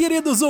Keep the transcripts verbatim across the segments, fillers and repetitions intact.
queridos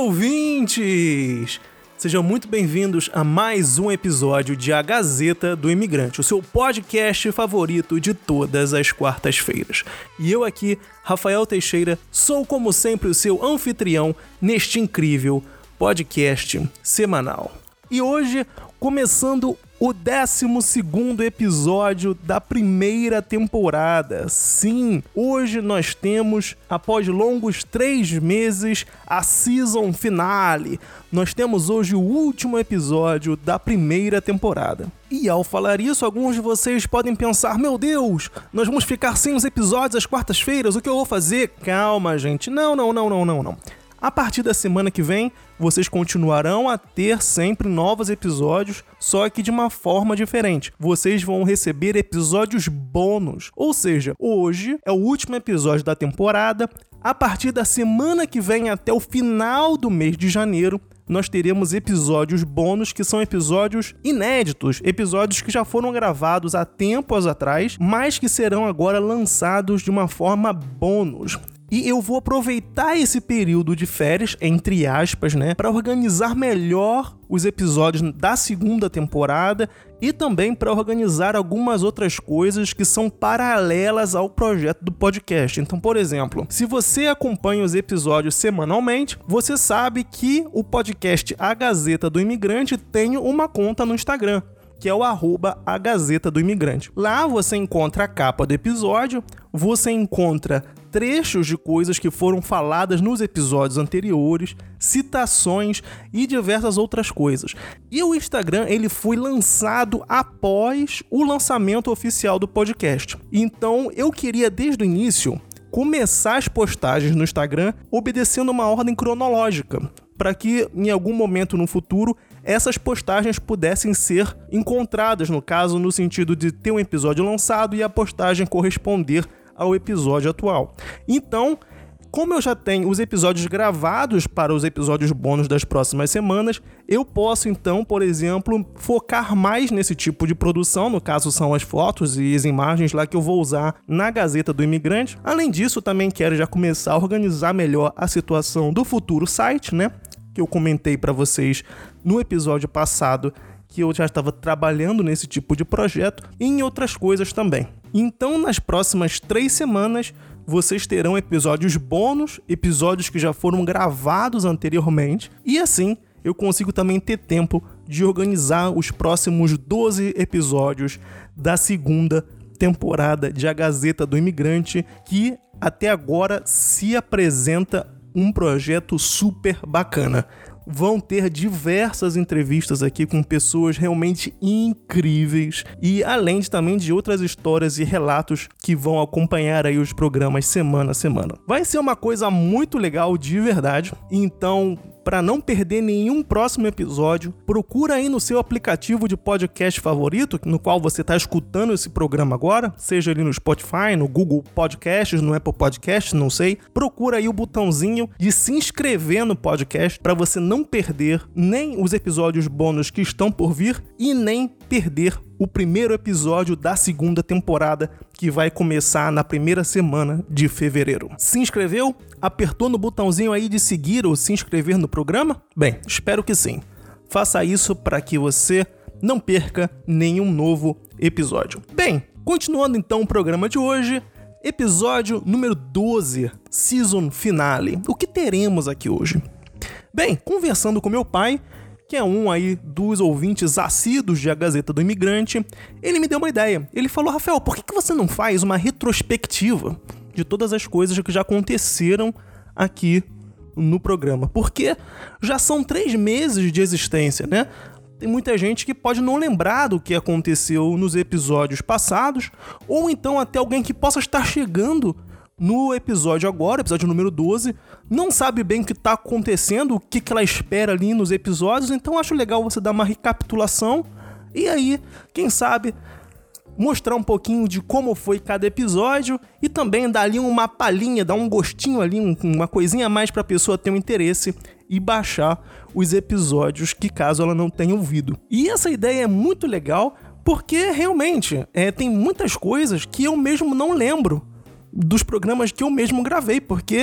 ouvintes! Sejam muito bem-vindos a mais um episódio de A Gazeta do Imigrante, o seu podcast favorito de todas as quartas-feiras. E eu aqui, Rafael Teixeira, sou como sempre o seu anfitrião neste incrível podcast semanal. E hoje, começando o décimo segundo episódio da primeira temporada. Sim, hoje nós temos, após longos três meses, a season finale. Nós temos hoje o último episódio da primeira temporada. E ao falar isso, alguns de vocês podem pensar, meu Deus, nós vamos ficar sem os episódios às quartas-feiras, o que eu vou fazer? Calma, gente. Não, não, não, não, não, não. A partir da semana que vem, vocês continuarão a ter sempre novos episódios, só que de uma forma diferente. Vocês vão receber episódios bônus, ou seja, hoje é o último episódio da temporada. A partir da semana que vem até o final do mês de janeiro, nós teremos episódios bônus, que são episódios inéditos, episódios que já foram gravados há tempos atrás, mas que serão agora lançados de uma forma bônus. E eu vou aproveitar esse período de férias, entre aspas, né, para organizar melhor os episódios da segunda temporada e também para organizar algumas outras coisas que são paralelas ao projeto do podcast. Então, por exemplo, se você acompanha os episódios semanalmente, você sabe que o podcast A Gazeta do Imigrante tem uma conta no Instagram, que é o arroba A Gazeta do Imigrante. Lá você encontra a capa do episódio, você encontra trechos de coisas que foram faladas nos episódios anteriores, citações e diversas outras coisas. E o Instagram, ele foi lançado após o lançamento oficial do podcast. Então, eu queria desde o início começar as postagens no Instagram obedecendo uma ordem cronológica, para que em algum momento no futuro essas postagens pudessem ser encontradas, no caso, no sentido de ter um episódio lançado e a postagem corresponder ao episódio atual. Então, como eu já tenho os episódios gravados para os episódios bônus das próximas semanas, eu posso então, por exemplo, focar mais nesse tipo de produção, no caso são as fotos e as imagens lá que eu vou usar na Gazeta do Imigrante. Além disso, também quero já começar a organizar melhor a situação do futuro site, né? Que eu comentei para vocês no episódio passado, que eu já estava trabalhando nesse tipo de projeto e em outras coisas também. Então, nas próximas três semanas, vocês terão episódios bônus, episódios que já foram gravados anteriormente, e assim eu consigo também ter tempo de organizar os próximos doze episódios da segunda temporada de A Gazeta do Imigrante, que até agora se apresenta um projeto super bacana. Vão ter diversas entrevistas aqui com pessoas realmente incríveis e além de, também de outras histórias e relatos que vão acompanhar aí os programas semana a semana. Vai ser uma coisa muito legal de verdade, então para não perder nenhum próximo episódio, procura aí no seu aplicativo de podcast favorito, no qual você está escutando esse programa agora, seja ali no Spotify, no Google Podcasts, no Apple Podcasts, não sei. Procura aí o botãozinho de se inscrever no podcast para você não perder nem os episódios bônus que estão por vir e nem perder o primeiro episódio da segunda temporada, que vai começar na primeira semana de fevereiro. Se inscreveu? Apertou no botãozinho aí de seguir ou se inscrever no programa? Bem, espero que sim. Faça isso para que você não perca nenhum novo episódio. Bem, continuando então o programa de hoje, episódio número doze, season finale. O que teremos aqui hoje? Bem, conversando com meu pai, que é um aí dos ouvintes assíduos de A Gazeta do Imigrante, ele me deu uma ideia. Ele falou, Rafael, por que que você não faz uma retrospectiva de todas as coisas que já aconteceram aqui no programa? Porque já são três meses de existência, né? Tem muita gente que pode não lembrar do que aconteceu nos episódios passados, ou então até alguém que possa estar chegando no episódio agora, episódio número doze, não sabe bem o que está acontecendo, o que, que ela espera ali nos episódios, então acho legal você dar uma recapitulação e aí, quem sabe, mostrar um pouquinho de como foi cada episódio e também dar ali uma palhinha, dar um gostinho ali, um, uma coisinha a mais para a pessoa ter um interesse e baixar os episódios que caso ela não tenha ouvido. E essa ideia é muito legal porque realmente é, tem muitas coisas que eu mesmo não lembro dos programas que eu mesmo gravei, porque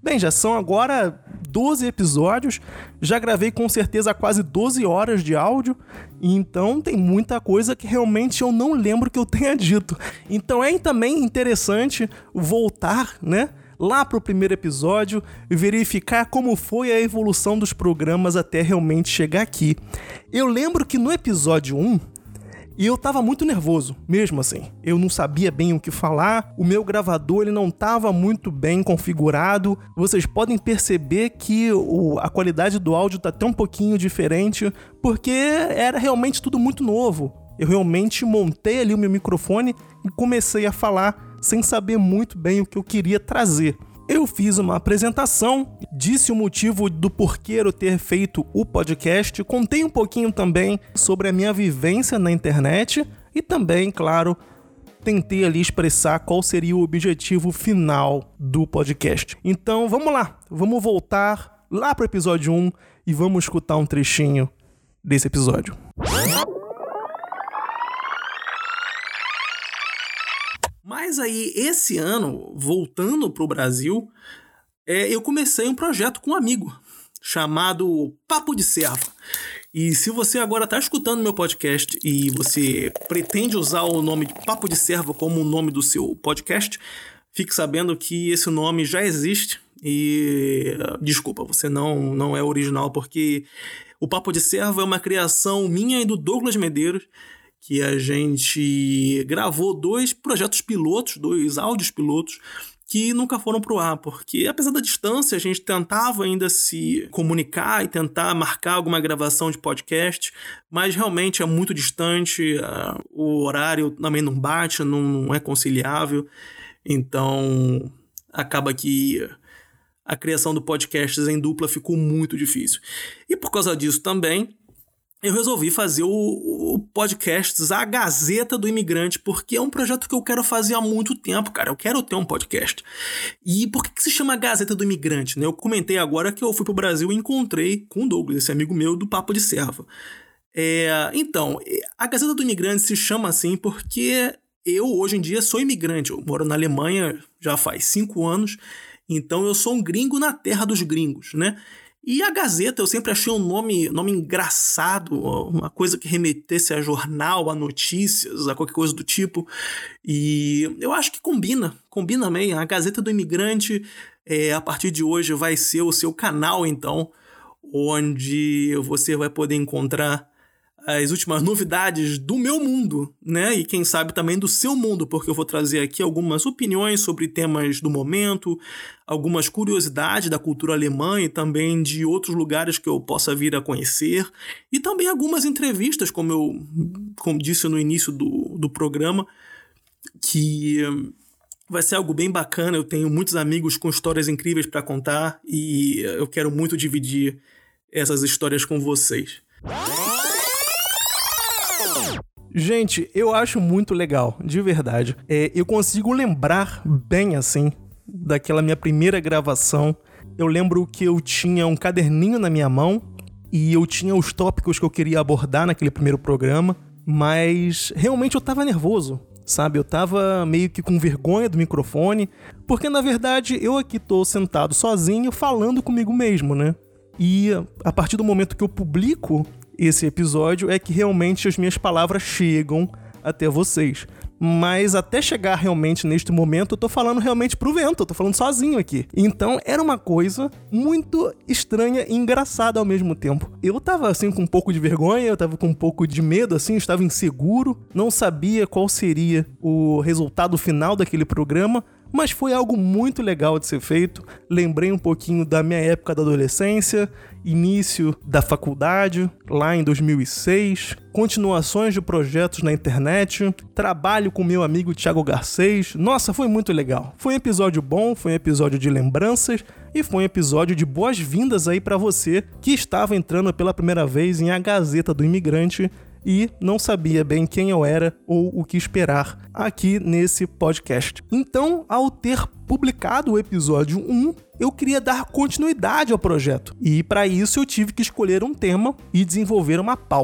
Bem, já são agora doze episódios, já gravei com certeza quase doze horas de áudio, então tem muita coisa que realmente eu não lembro que eu tenha dito. Então é também interessante voltar, né, lá pro primeiro episódio e verificar como foi a evolução dos programas até realmente chegar aqui. Eu lembro que no episódio um, e eu tava muito nervoso, mesmo assim. Eu não sabia bem o que falar, o meu gravador ele não tava muito bem configurado. Vocês podem perceber que o, a qualidade do áudio tá até um pouquinho diferente, porque era realmente tudo muito novo. Eu realmente montei ali o meu microfone e comecei a falar sem saber muito bem o que eu queria trazer. Eu fiz uma apresentação, disse o motivo do porquê eu ter feito o podcast, contei um pouquinho também sobre a minha vivência na internet e também, claro, tentei ali expressar qual seria o objetivo final do podcast. Então, vamos lá, vamos voltar lá pro episódio um e vamos escutar um trechinho desse episódio. Mas aí, esse ano, voltando pro Brasil, é, eu comecei um projeto com um amigo, chamado Papo de Serva. E se você agora está escutando meu podcast e você pretende usar o nome de Papo de Serva como o nome do seu podcast, fique sabendo que esse nome já existe e, desculpa, você não, não é original, porque o Papo de Serva é uma criação minha e do Douglas Medeiros, que a gente gravou dois projetos pilotos, dois áudios pilotos, que nunca foram pro ar, porque apesar da distância, a gente tentava ainda se comunicar e tentar marcar alguma gravação de podcast, mas realmente é muito distante, uh, o horário também não bate, não, não é conciliável, então acaba que a criação do podcast em dupla ficou muito difícil. E por causa disso também, eu resolvi fazer o, o podcast A Gazeta do Imigrante, porque é um projeto que eu quero fazer há muito tempo, cara. Eu quero ter um podcast. E por que, que se chama Gazeta do Imigrante, né? Eu comentei agora que eu fui pro Brasil e encontrei com o Douglas, esse amigo meu do Papo de Serva. É, então, a Gazeta do Imigrante se chama assim porque eu, hoje em dia, sou imigrante. Eu moro na Alemanha já faz cinco anos, então eu sou um gringo na terra dos gringos, né? E a Gazeta eu sempre achei um nome, nome engraçado, uma coisa que remetesse a jornal, a notícias, a qualquer coisa do tipo. E eu acho que combina, combina bem. A Gazeta do Imigrante, é, a partir de hoje, vai ser o seu canal, então, onde você vai poder encontrar as últimas novidades do meu mundo, né? E quem sabe também do seu mundo, porque eu vou trazer aqui algumas opiniões sobre temas do momento, algumas curiosidades da cultura alemã e também de outros lugares que eu possa vir a conhecer, e também algumas entrevistas, como eu como disse no início do, do programa, que vai ser algo bem bacana. Eu tenho muitos amigos com histórias incríveis para contar e eu quero muito dividir essas histórias com vocês. Gente, eu acho muito legal, de verdade. É, eu consigo lembrar bem, assim, daquela minha primeira gravação. Eu lembro que eu tinha um caderninho na minha mão e eu tinha os tópicos que eu queria abordar naquele primeiro programa, mas realmente eu tava nervoso, sabe? Eu tava meio que com vergonha do microfone, porque, na verdade, eu aqui tô sentado sozinho falando comigo mesmo, né? E a partir do momento que eu publico esse episódio é que realmente as minhas palavras chegam até vocês. Mas até chegar realmente neste momento, eu tô falando realmente pro vento, eu tô falando sozinho aqui. Então era uma coisa muito estranha e engraçada ao mesmo tempo. Eu tava assim com um pouco de vergonha, eu tava com um pouco de medo, assim, eu estava inseguro, não sabia qual seria o resultado final daquele programa, mas foi algo muito legal de ser feito. Lembrei um pouquinho da minha época da adolescência, início da faculdade, lá em dois mil e seis, continuações de projetos na internet, trabalho com meu amigo Thiago Garcês. Nossa, foi muito legal. Foi um episódio bom, foi um episódio de lembranças e foi um episódio de boas-vindas aí pra você que estava entrando pela primeira vez em A Gazeta do Imigrante e não sabia bem quem eu era ou o que esperar aqui nesse podcast. Então, ao ter publicado o episódio um, eu queria dar continuidade ao projeto. E para isso eu tive que escolher um tema e desenvolver uma pauta.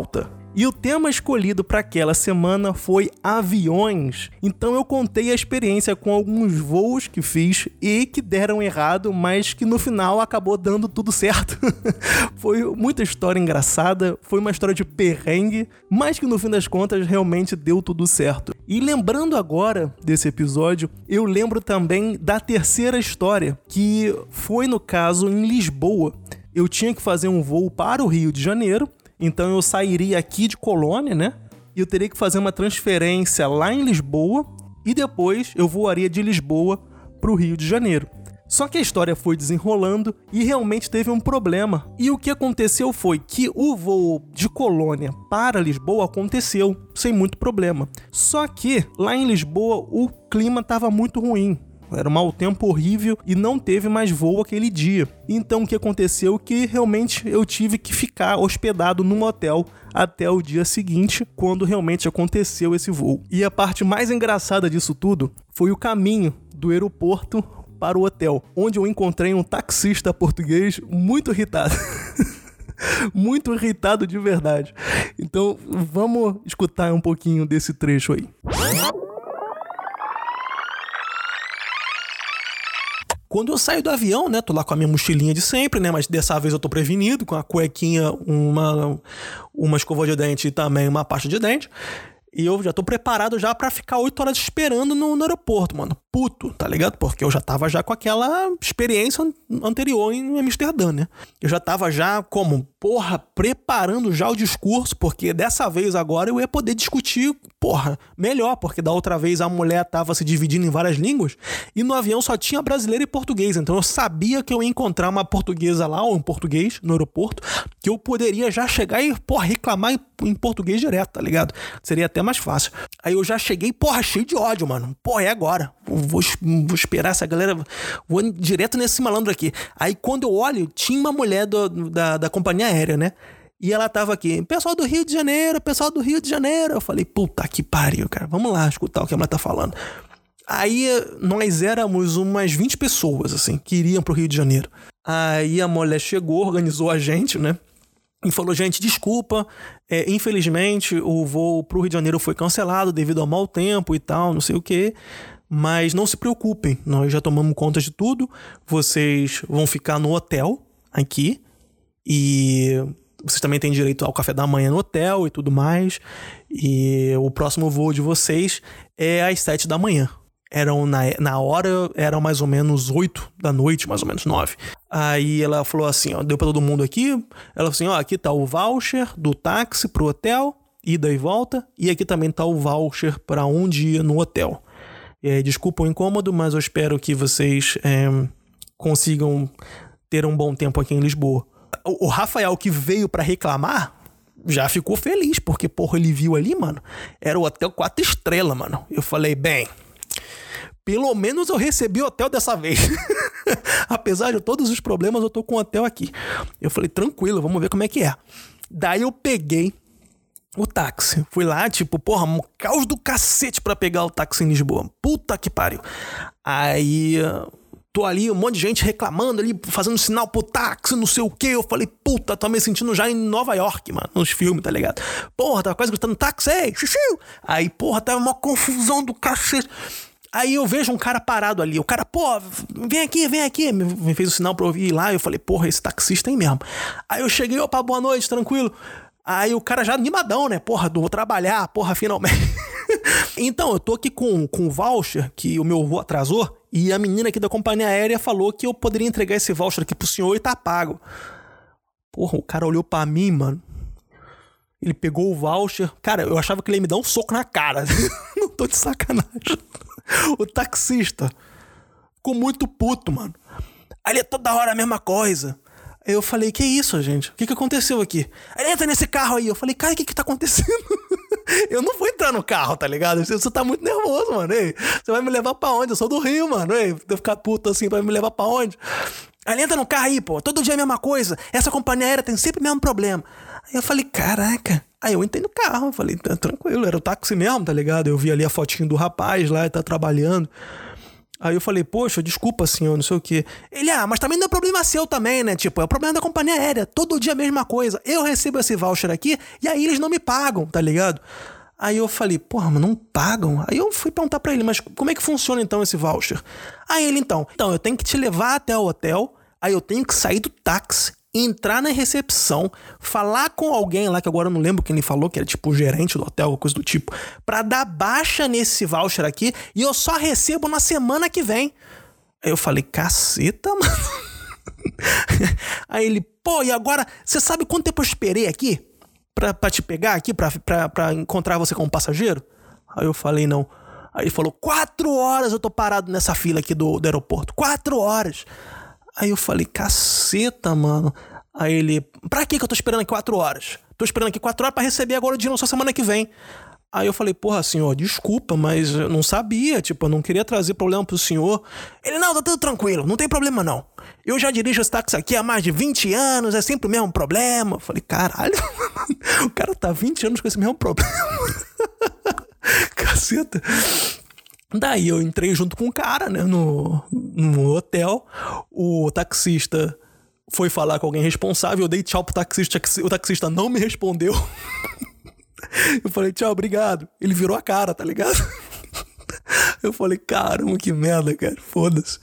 E o tema escolhido para aquela semana foi aviões. Então eu contei a experiência com alguns voos que fiz e que deram errado, mas que no final acabou dando tudo certo. Foi muita história engraçada, foi uma história de perrengue, mas que no fim das contas realmente deu tudo certo. E lembrando agora desse episódio, eu lembro também da terceira história, que foi no caso em Lisboa. Eu tinha que fazer um voo para o Rio de Janeiro. Então eu sairia aqui de Colônia, né? E eu teria que fazer uma transferência lá em Lisboa e depois eu voaria de Lisboa para o Rio de Janeiro. Só que a história foi desenrolando e realmente teve um problema. E o que aconteceu foi que o voo de Colônia para Lisboa aconteceu sem muito problema. Só que lá em Lisboa o clima estava muito ruim. Era um mau tempo horrível e não teve mais voo aquele dia. Então o que aconteceu é que realmente eu tive que ficar hospedado num hotel até o dia seguinte, quando realmente aconteceu esse voo. E a parte mais engraçada disso tudo foi o caminho do aeroporto para o hotel, onde eu encontrei um taxista português muito irritado. Muito irritado de verdade. Então vamos escutar um pouquinho desse trecho aí. Quando eu saio do avião, né, tô lá com a minha mochilinha de sempre, né, mas dessa vez eu tô prevenido, com a cuequinha, uma, uma escova de dente e também uma pasta de dente. E eu já tô preparado já pra ficar oito horas esperando no, no aeroporto, mano. Puto, tá ligado? Porque eu já tava já com aquela experiência anterior em Amsterdã, né? Eu já tava já como, porra, preparando já o discurso, porque dessa vez agora eu ia poder discutir, porra, melhor, porque da outra vez a mulher tava se dividindo em várias línguas e no avião só tinha brasileiro e português. Então eu sabia que eu ia encontrar uma portuguesa lá, ou um português no aeroporto, que eu poderia já chegar e, porra, reclamar em, em português direto, tá ligado? Seria até mais fácil. Aí eu já cheguei, porra, cheio de ódio, mano. Porra, é agora. Vou, vou esperar essa galera. Vou direto nesse malandro aqui. Aí quando eu olho, tinha uma mulher do, da, da companhia aérea, né? E ela tava aqui, pessoal do Rio de Janeiro, pessoal do Rio de Janeiro. Eu falei, puta que pariu, cara. Vamos lá escutar o que a mulher tá falando. Aí nós éramos umas vinte pessoas, assim, que iriam pro Rio de Janeiro. Aí a mulher chegou, organizou a gente, né? E falou, gente, desculpa, é, infelizmente o voo pro Rio de Janeiro foi cancelado devido ao mau tempo e tal, não sei o quê. Mas não se preocupem, nós já tomamos conta de tudo. Vocês vão ficar no hotel aqui e vocês também têm direito ao café da manhã no hotel e tudo mais. E o próximo voo de vocês é às sete da manhã. Eram na, na hora, eram mais ou menos oito da noite, mais ou menos nove. Aí ela falou assim, ó, deu pra todo mundo aqui. Ela falou assim, ó, aqui tá o voucher do táxi pro hotel, ida e volta. E aqui também tá o voucher pra um dia no hotel. E aí, desculpa o incômodo, mas eu espero que vocês é, consigam ter um bom tempo aqui em Lisboa. O, o Rafael, que veio pra reclamar, já ficou feliz, porque, porra, ele viu ali, mano, era o hotel quatro estrelas, mano. Eu falei, bem... Pelo menos eu recebi hotel dessa vez. Apesar de todos os problemas, eu tô com hotel aqui. Eu falei, tranquilo, vamos ver como é que é. Daí eu peguei o táxi. Fui lá, tipo, porra, um caos do cacete pra pegar o táxi em Lisboa. Puta que pariu. Aí, tô ali, um monte de gente reclamando ali, fazendo sinal pro táxi, não sei o quê. Eu falei, puta, tô me sentindo já em Nova York, mano, nos filmes, tá ligado? Porra, tava quase gritando táxi, ei, xixiu. Aí, porra, tava uma confusão do cacete. Aí eu vejo um cara parado ali. O cara, pô, vem aqui, vem aqui. Me fez o sinal pra eu ir lá. Eu falei, porra, esse taxista aí mesmo. Aí eu cheguei, opa, boa noite, tranquilo. Aí o cara já animadão, né? Porra, vou trabalhar, porra, finalmente. Então, eu tô aqui com, com o voucher, que o meu voo atrasou. E a menina aqui da companhia aérea falou que eu poderia entregar esse voucher aqui pro senhor e tá pago. Porra, o cara olhou pra mim, mano. Ele pegou o voucher. Cara, eu achava que ele ia me dar um soco na cara. Não tô de sacanagem. O taxista ficou muito puto, mano. Aí ele é toda hora a mesma coisa. Aí eu falei, que isso, gente? O que que aconteceu aqui? Aí ele entra nesse carro aí. Eu falei, cara, o que que tá acontecendo? Eu não vou entrar no carro, tá ligado? Você tá muito nervoso, mano. Ei, você vai me levar pra onde? Eu sou do Rio, mano. Ei, eu ficar puto assim, vai me levar pra onde? Aí ele entra no carro aí, pô. Todo dia é a mesma coisa. Essa companhia aérea tem sempre o mesmo problema. Aí eu falei, caraca. Aí eu entrei no carro, eu falei, tá tranquilo, era o táxi mesmo, tá ligado? Eu vi ali a fotinho do rapaz lá, ele tá trabalhando. Aí eu falei, poxa, desculpa, senhor, não sei o quê. Ele, ah, mas também não é problema seu também, né? Tipo, é o problema da companhia aérea. Todo dia a mesma coisa. Eu recebo esse voucher aqui e aí eles não me pagam, tá ligado? Aí eu falei, porra, mas não pagam? Aí eu fui perguntar pra ele, mas como é que funciona então esse voucher? Aí ele, então, então eu tenho que te levar até o hotel, aí eu tenho que sair do táxi, entrar na recepção, falar com alguém lá, que agora eu não lembro quem ele falou, que era tipo o gerente do hotel, coisa do tipo, pra dar baixa nesse voucher aqui e eu só recebo na semana que vem. Aí eu falei, caceta, mano. Aí ele, pô, e agora, você sabe quanto tempo eu esperei aqui pra, pra te pegar aqui, pra, pra, pra encontrar você como passageiro? Aí eu falei, não. Aí ele falou, quatro horas eu tô parado nessa fila aqui do, do aeroporto, quatro horas. Aí eu falei, caceta, mano. Aí ele, pra que que eu tô esperando aqui quatro horas? Tô esperando aqui quatro horas pra receber agora o dinheiro só semana que vem. Aí eu falei, porra, senhor, desculpa, mas eu não sabia, tipo, eu não queria trazer problema pro senhor. Ele, não, tá tudo tranquilo, não tem problema não. Eu já dirijo esse táxi aqui há mais de vinte anos, é sempre o mesmo problema. Eu falei, caralho, o cara tá vinte anos com esse mesmo problema. Caceta. Daí eu entrei junto com o cara, né, no, no hotel. O taxista foi falar com alguém responsável, eu dei tchau pro taxista, o taxista não me respondeu. Eu falei, tchau, obrigado. Ele virou a cara, tá ligado? Eu falei, caramba, que merda, cara, foda-se.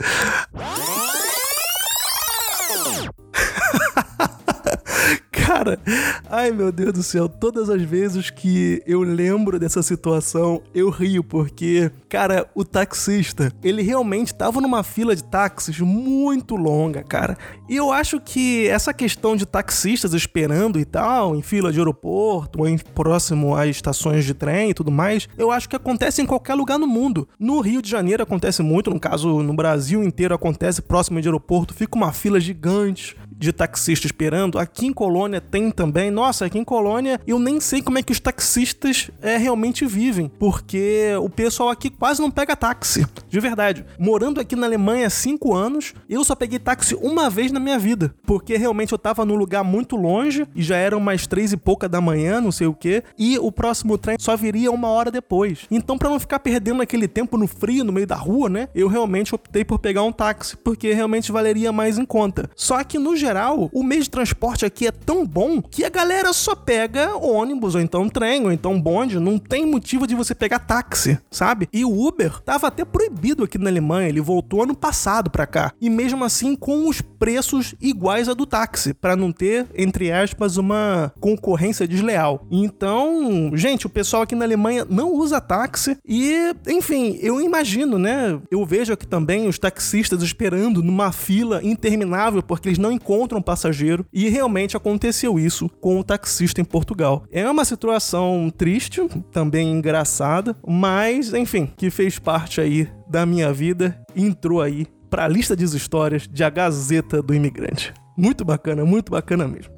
Cara, ai meu Deus do céu, todas as vezes que eu lembro dessa situação, eu rio, porque, cara, o taxista, ele realmente tava numa fila de táxis muito longa, cara. E eu acho que essa questão de taxistas esperando e tal, em fila de aeroporto, ou em próximo às estações de trem e tudo mais, eu acho que acontece em qualquer lugar no mundo. No Rio de Janeiro acontece muito, no caso, no Brasil inteiro acontece, próximo de aeroporto, fica uma fila gigante de taxistas esperando. Aqui em Colônia tem também. Nossa, aqui em Colônia eu nem sei como é que os taxistas é, realmente vivem, porque o pessoal aqui quase não pega táxi, de verdade. Morando aqui na Alemanha há cinco anos, eu só peguei táxi uma vez na minha vida, porque realmente eu tava num lugar muito longe e já eram umas três e pouca da manhã, não sei o que, e o próximo trem só viria uma hora depois. Então, pra não ficar perdendo aquele tempo no frio, no meio da rua, né, eu realmente optei por pegar um táxi, porque realmente valeria mais em conta. Só que no geral, o meio de transporte aqui é tão bom que a galera só pega ônibus, ou então trem, ou então bonde. Não tem motivo de você pegar táxi, sabe? E o Uber tava até proibido aqui na Alemanha. Ele voltou ano passado pra cá. E mesmo assim, com os preços iguais a do táxi, pra não ter, entre aspas, uma concorrência desleal. Então, gente, o pessoal aqui na Alemanha não usa táxi. E, enfim, eu imagino, né? Eu vejo aqui também os taxistas esperando numa fila interminável porque eles não encontram um passageiro, e realmente aconteceu isso com o taxista em Portugal. É uma situação triste, também engraçada, mas, enfim, que fez parte aí da minha vida e entrou aí pra lista de histórias de A Gazeta do Imigrante. Muito bacana, muito bacana mesmo.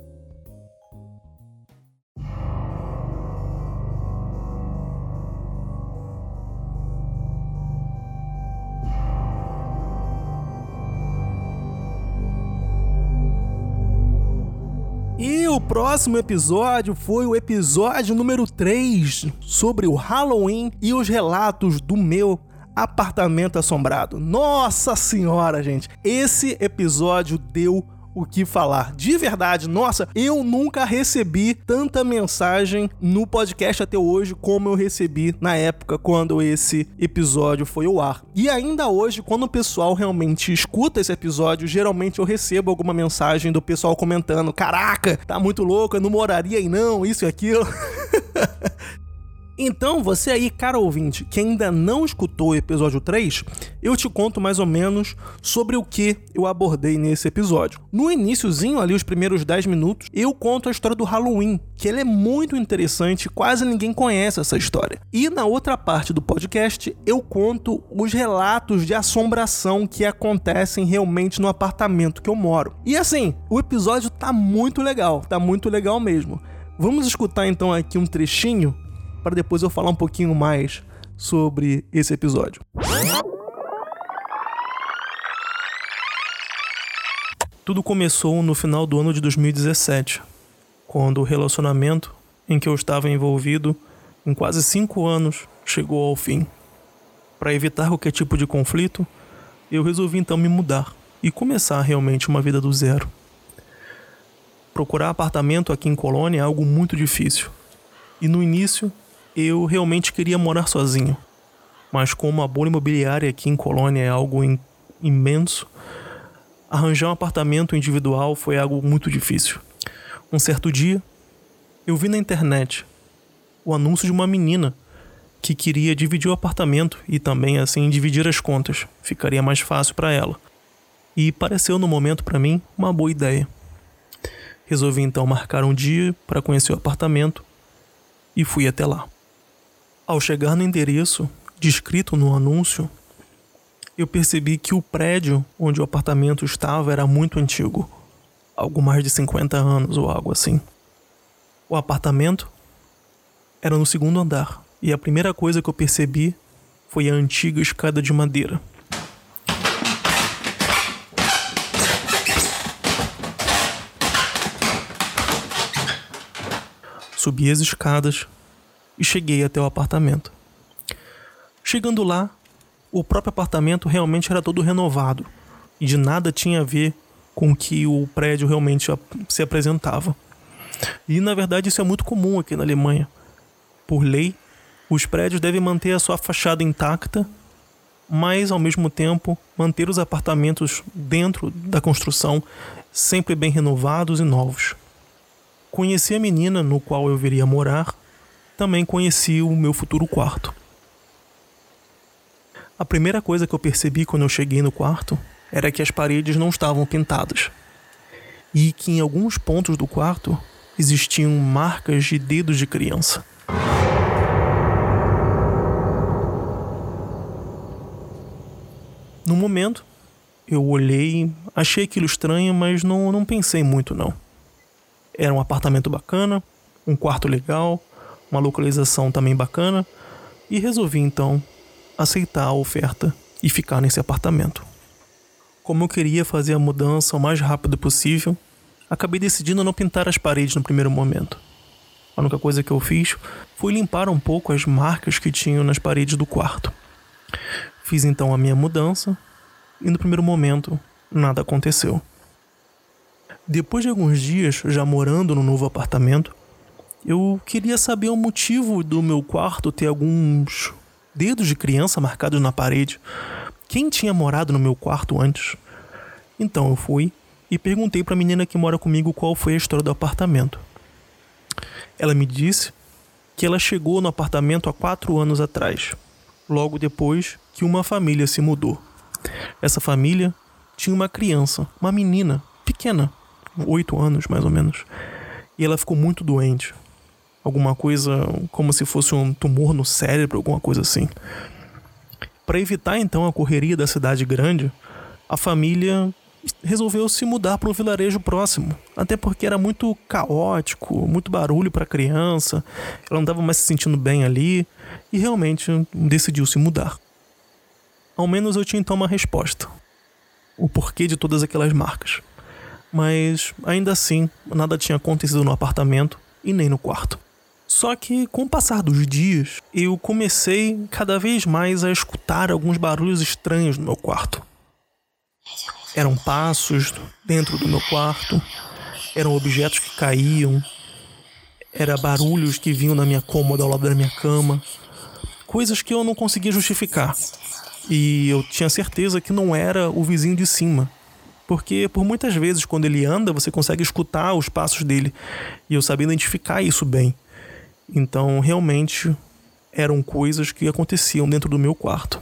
E o próximo episódio foi o episódio número três, sobre o Halloween e os relatos do meu apartamento assombrado. Nossa senhora, gente! Esse episódio deu o que falar. De verdade, nossa, eu nunca recebi tanta mensagem no podcast até hoje como eu recebi na época quando esse episódio foi ao ar. E ainda hoje, quando o pessoal realmente escuta esse episódio, geralmente eu recebo alguma mensagem do pessoal comentando: caraca, tá muito louco, eu não moraria aí não, isso e aquilo. Então, você aí, cara ouvinte, que ainda não escutou o episódio três, eu te conto mais ou menos sobre o que eu abordei nesse episódio. No iniciozinho, ali, os primeiros dez minutos, eu conto a história do Halloween, que ela é muito interessante, quase ninguém conhece essa história. E na outra parte do podcast, eu conto os relatos de assombração que acontecem realmente no apartamento que eu moro. E assim, o episódio tá muito legal, tá muito legal mesmo. Vamos escutar então aqui um trechinho para depois eu falar um pouquinho mais sobre esse episódio. Tudo começou no final do ano de dois mil e dezessete, quando o relacionamento em que eu estava envolvido em quase cinco anos chegou ao fim. Para evitar qualquer tipo de conflito, eu resolvi então me mudar e começar realmente uma vida do zero. Procurar apartamento aqui em Colônia é algo muito difícil. E no início, eu realmente queria morar sozinho. Mas como a bolha imobiliária aqui em Colônia é algo in- imenso, arranjar um apartamento individual foi algo muito difícil. Um certo dia, eu vi na internet o anúncio de uma menina que queria dividir o apartamento e também assim dividir as contas. Ficaria mais fácil para ela. E pareceu no momento para mim uma boa ideia. Resolvi então marcar um dia para conhecer o apartamento e fui até lá. Ao chegar no endereço descrito no anúncio, eu percebi que o prédio onde o apartamento estava era muito antigo, algo mais de cinquenta anos ou algo assim. O apartamento era no segundo andar e a primeira coisa que eu percebi foi a antiga escada de madeira. Subi as escadas e cheguei até o apartamento. Chegando lá, o próprio apartamento realmente era todo renovado e de nada tinha a ver com o que o prédio realmente se apresentava. E na verdade isso é muito comum aqui na Alemanha. Por lei, os prédios devem manter a sua fachada intacta, mas ao mesmo tempo manter os apartamentos dentro da construção sempre bem renovados e novos. Conheci a menina no qual eu viria morar, também conheci o meu futuro quarto. A primeira coisa que eu percebi quando eu cheguei no quarto era que as paredes não estavam pintadas e que em alguns pontos do quarto existiam marcas de dedos de criança. No momento, eu olhei, achei aquilo estranho, mas não, não pensei muito não. Era um apartamento bacana, um quarto legal, uma localização também bacana, e resolvi então aceitar a oferta e ficar nesse apartamento. Como eu queria fazer a mudança o mais rápido possível, acabei decidindo não pintar as paredes no primeiro momento. A única coisa que eu fiz foi limpar um pouco as marcas que tinham nas paredes do quarto. Fiz então a minha mudança e no primeiro momento nada aconteceu. Depois de alguns dias já morando no novo apartamento, eu queria saber o motivo do meu quarto ter alguns dedos de criança marcados na parede. Quem tinha morado no meu quarto antes? Então eu fui e perguntei para a menina que mora comigo qual foi a história do apartamento. Ela me disse que ela chegou no apartamento há quatro anos atrás, logo depois que uma família se mudou. Essa família tinha uma criança, uma menina pequena, oito anos mais ou menos, e ela ficou muito doente. Alguma coisa como se fosse um tumor no cérebro, alguma coisa assim. Para evitar então a correria da cidade grande, a família resolveu se mudar para um vilarejo próximo, até porque era muito caótico, muito barulho para a criança, ela não estava mais se sentindo bem ali e realmente decidiu se mudar. Ao menos eu tinha então uma resposta, o porquê de todas aquelas marcas. Mas ainda assim, nada tinha acontecido no apartamento e nem no quarto. Só que com o passar dos dias, eu comecei cada vez mais a escutar alguns barulhos estranhos no meu quarto. Eram passos dentro do meu quarto, eram objetos que caíam, eram barulhos que vinham da minha cômoda ao lado da minha cama, coisas que eu não conseguia justificar. E eu tinha certeza que não era o vizinho de cima, porque por muitas vezes quando ele anda você consegue escutar os passos dele, e eu sabia identificar isso bem. Então realmente eram coisas que aconteciam dentro do meu quarto.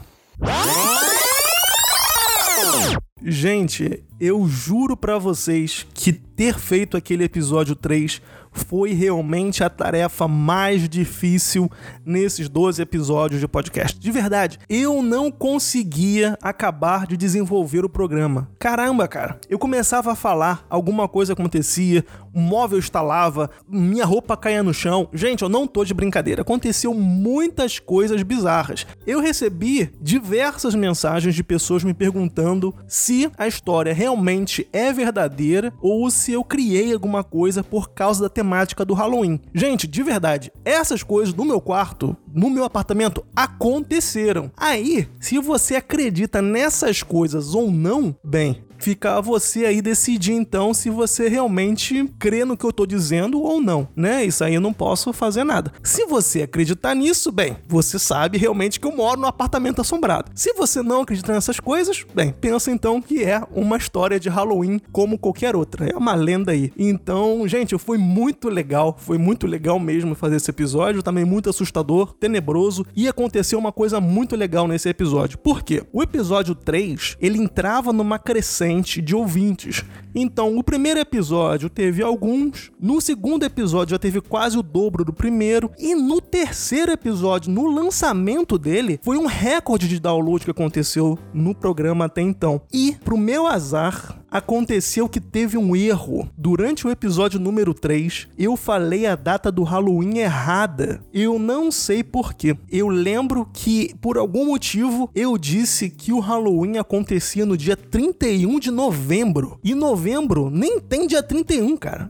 Gente, eu juro pra vocês que ter feito aquele episódio três foi realmente a tarefa mais difícil nesses doze episódios de podcast. De verdade, eu não conseguia acabar de desenvolver o programa. Caramba, cara. Eu começava a falar, alguma coisa acontecia, o móvel estalava, minha roupa caía no chão. Gente, eu não tô de brincadeira. Aconteceu muitas coisas bizarras. Eu recebi diversas mensagens de pessoas me perguntando se a história realmente realmente é verdadeira ou se eu criei alguma coisa por causa da temática do Halloween. Gente, de verdade, essas coisas no meu quarto, no meu apartamento, aconteceram. Aí, se você acredita nessas coisas ou não, bem, fica a você aí decidir então se você realmente crê no que eu tô dizendo ou não, né? Isso aí eu não posso fazer nada. Se você acreditar nisso, bem, você sabe realmente que eu moro num apartamento assombrado. Se você não acredita nessas coisas, bem, pensa então que é uma história de Halloween como qualquer outra. É uma lenda aí. Então, gente, foi muito legal, foi muito legal mesmo fazer esse episódio, também muito assustador, tenebroso, e aconteceu uma coisa muito legal nesse episódio. Por quê? O episódio três, ele entrava numa crescente de ouvintes. Então, o primeiro episódio teve alguns, no segundo episódio já teve quase o dobro do primeiro, e no terceiro episódio, no lançamento dele, foi um recorde de download que aconteceu no programa até então. E, pro meu azar, aconteceu que teve um erro. Durante o episódio número três, eu falei a data do Halloween errada. Eu não sei porquê. Eu lembro que, por algum motivo, eu disse que o Halloween acontecia no dia trinta e um de novembro. E novembro nem tem dia trinta e um, cara.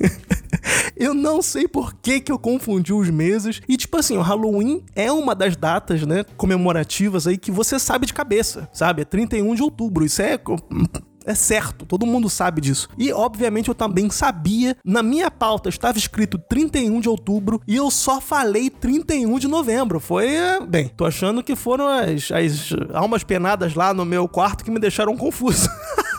Eu não sei por que que eu confundi os meses. E tipo assim, o Halloween é uma das datas, né, comemorativas aí que você sabe de cabeça, sabe? É trinta e um de outubro. Isso é... É certo, todo mundo sabe disso. E, obviamente, eu também sabia. Na minha pauta estava escrito trinta e um de outubro e eu só falei trinta e um de novembro. Foi, bem, tô achando que foram as, as almas penadas lá no meu quarto que me deixaram confuso.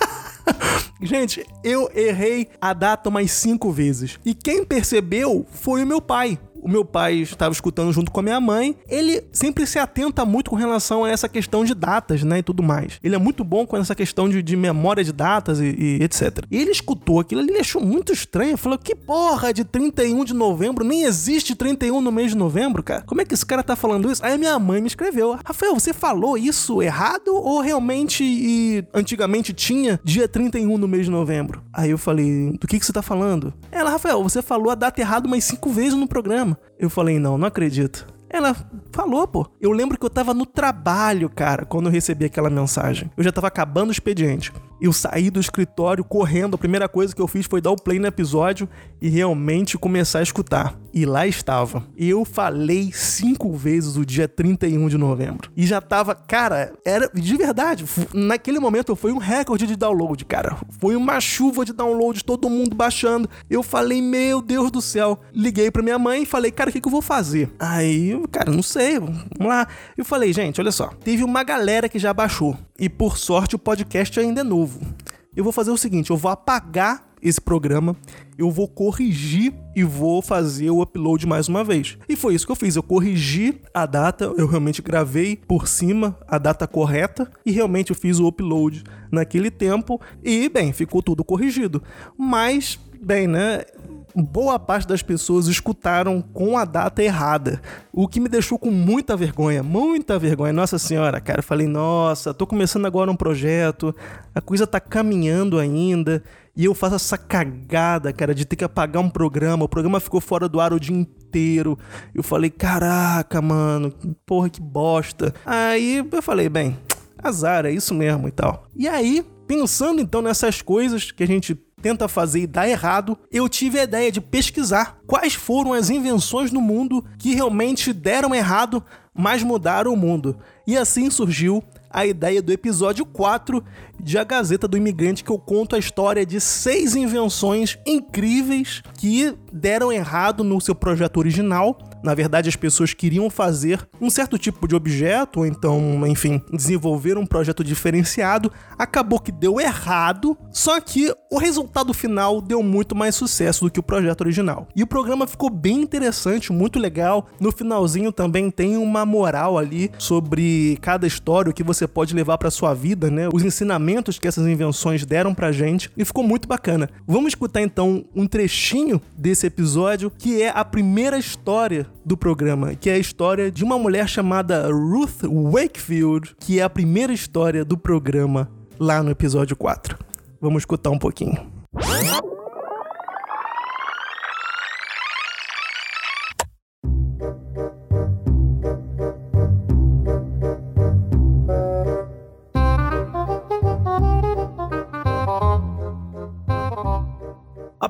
Gente, eu errei a data umas cinco vezes. E quem percebeu foi o meu pai. O meu pai estava escutando junto com a minha mãe. Ele sempre se atenta muito com relação a essa questão de datas, né, e tudo mais. Ele é muito bom com essa questão de, de memória de datas e, e etcétera. E ele escutou aquilo, ele achou muito estranho. Falou, que porra de trinta e um de novembro? Nem existe trinta e um no mês de novembro, cara. Como é que esse cara tá falando isso? Aí a minha mãe me escreveu. Rafael, você falou isso errado ou realmente e antigamente tinha dia trinta e um no mês de novembro? Aí eu falei, do que que você tá falando? Ela, Rafael, você falou a data errada umas cinco vezes no programa. Eu falei, não, não acredito. Ela falou, pô. Eu lembro que eu tava no trabalho, cara, quando eu recebi aquela mensagem. Eu já tava acabando o expediente. Eu saí do escritório correndo. A primeira coisa que eu fiz foi dar o play no episódio e realmente começar a escutar. E lá estava. Eu falei cinco vezes o dia trinta e um de novembro. E já tava, cara, era de verdade. Naquele momento foi um recorde de download, cara. Foi uma chuva de download, todo mundo baixando. Eu falei, meu Deus do céu. Liguei pra minha mãe e falei, cara, o que que eu vou fazer? Aí, cara, não sei, vamos lá. Eu falei, gente, olha só. Teve uma galera que já baixou. E por sorte o podcast ainda é novo. Eu vou fazer o seguinte, eu vou apagar esse programa, eu vou corrigir e vou fazer o upload mais uma vez. E foi isso que eu fiz, eu corrigi a data, eu realmente gravei por cima a data correta e realmente eu fiz o upload naquele tempo e, bem, ficou tudo corrigido. Mas, bem, né... boa parte das pessoas escutaram com a data errada, o que me deixou com muita vergonha, muita vergonha, nossa senhora, cara, eu falei, nossa, tô começando agora um projeto, a coisa tá caminhando ainda, e eu faço essa cagada, cara, de ter que apagar um programa, o programa ficou fora do ar o dia inteiro, eu falei, caraca, mano, porra, que bosta, aí eu falei, bem, azar, é isso mesmo e tal, e aí, pensando então nessas coisas que a gente tenta fazer e dá errado, eu tive a ideia de pesquisar quais foram as invenções no mundo que realmente deram errado, mas mudaram o mundo. E assim surgiu a ideia do episódio quatro de A Gazeta do Imigrante, que eu conto a história de seis invenções incríveis que deram errado no seu projeto original. Na verdade, as pessoas queriam fazer um certo tipo de objeto, ou então, enfim, desenvolver um projeto diferenciado. Acabou que deu errado, só que o resultado final deu muito mais sucesso do que o projeto original. E o programa ficou bem interessante, muito legal. No finalzinho também tem uma moral ali sobre cada história, o que você pode levar para sua vida, né? Os ensinamentos que essas invenções deram pra gente. E ficou muito bacana. Vamos escutar então um trechinho desse episódio, que é a primeira história do programa, que é a história de uma mulher chamada Ruth Wakefield, que é a primeira história do programa lá no episódio quatro. Vamos escutar um pouquinho.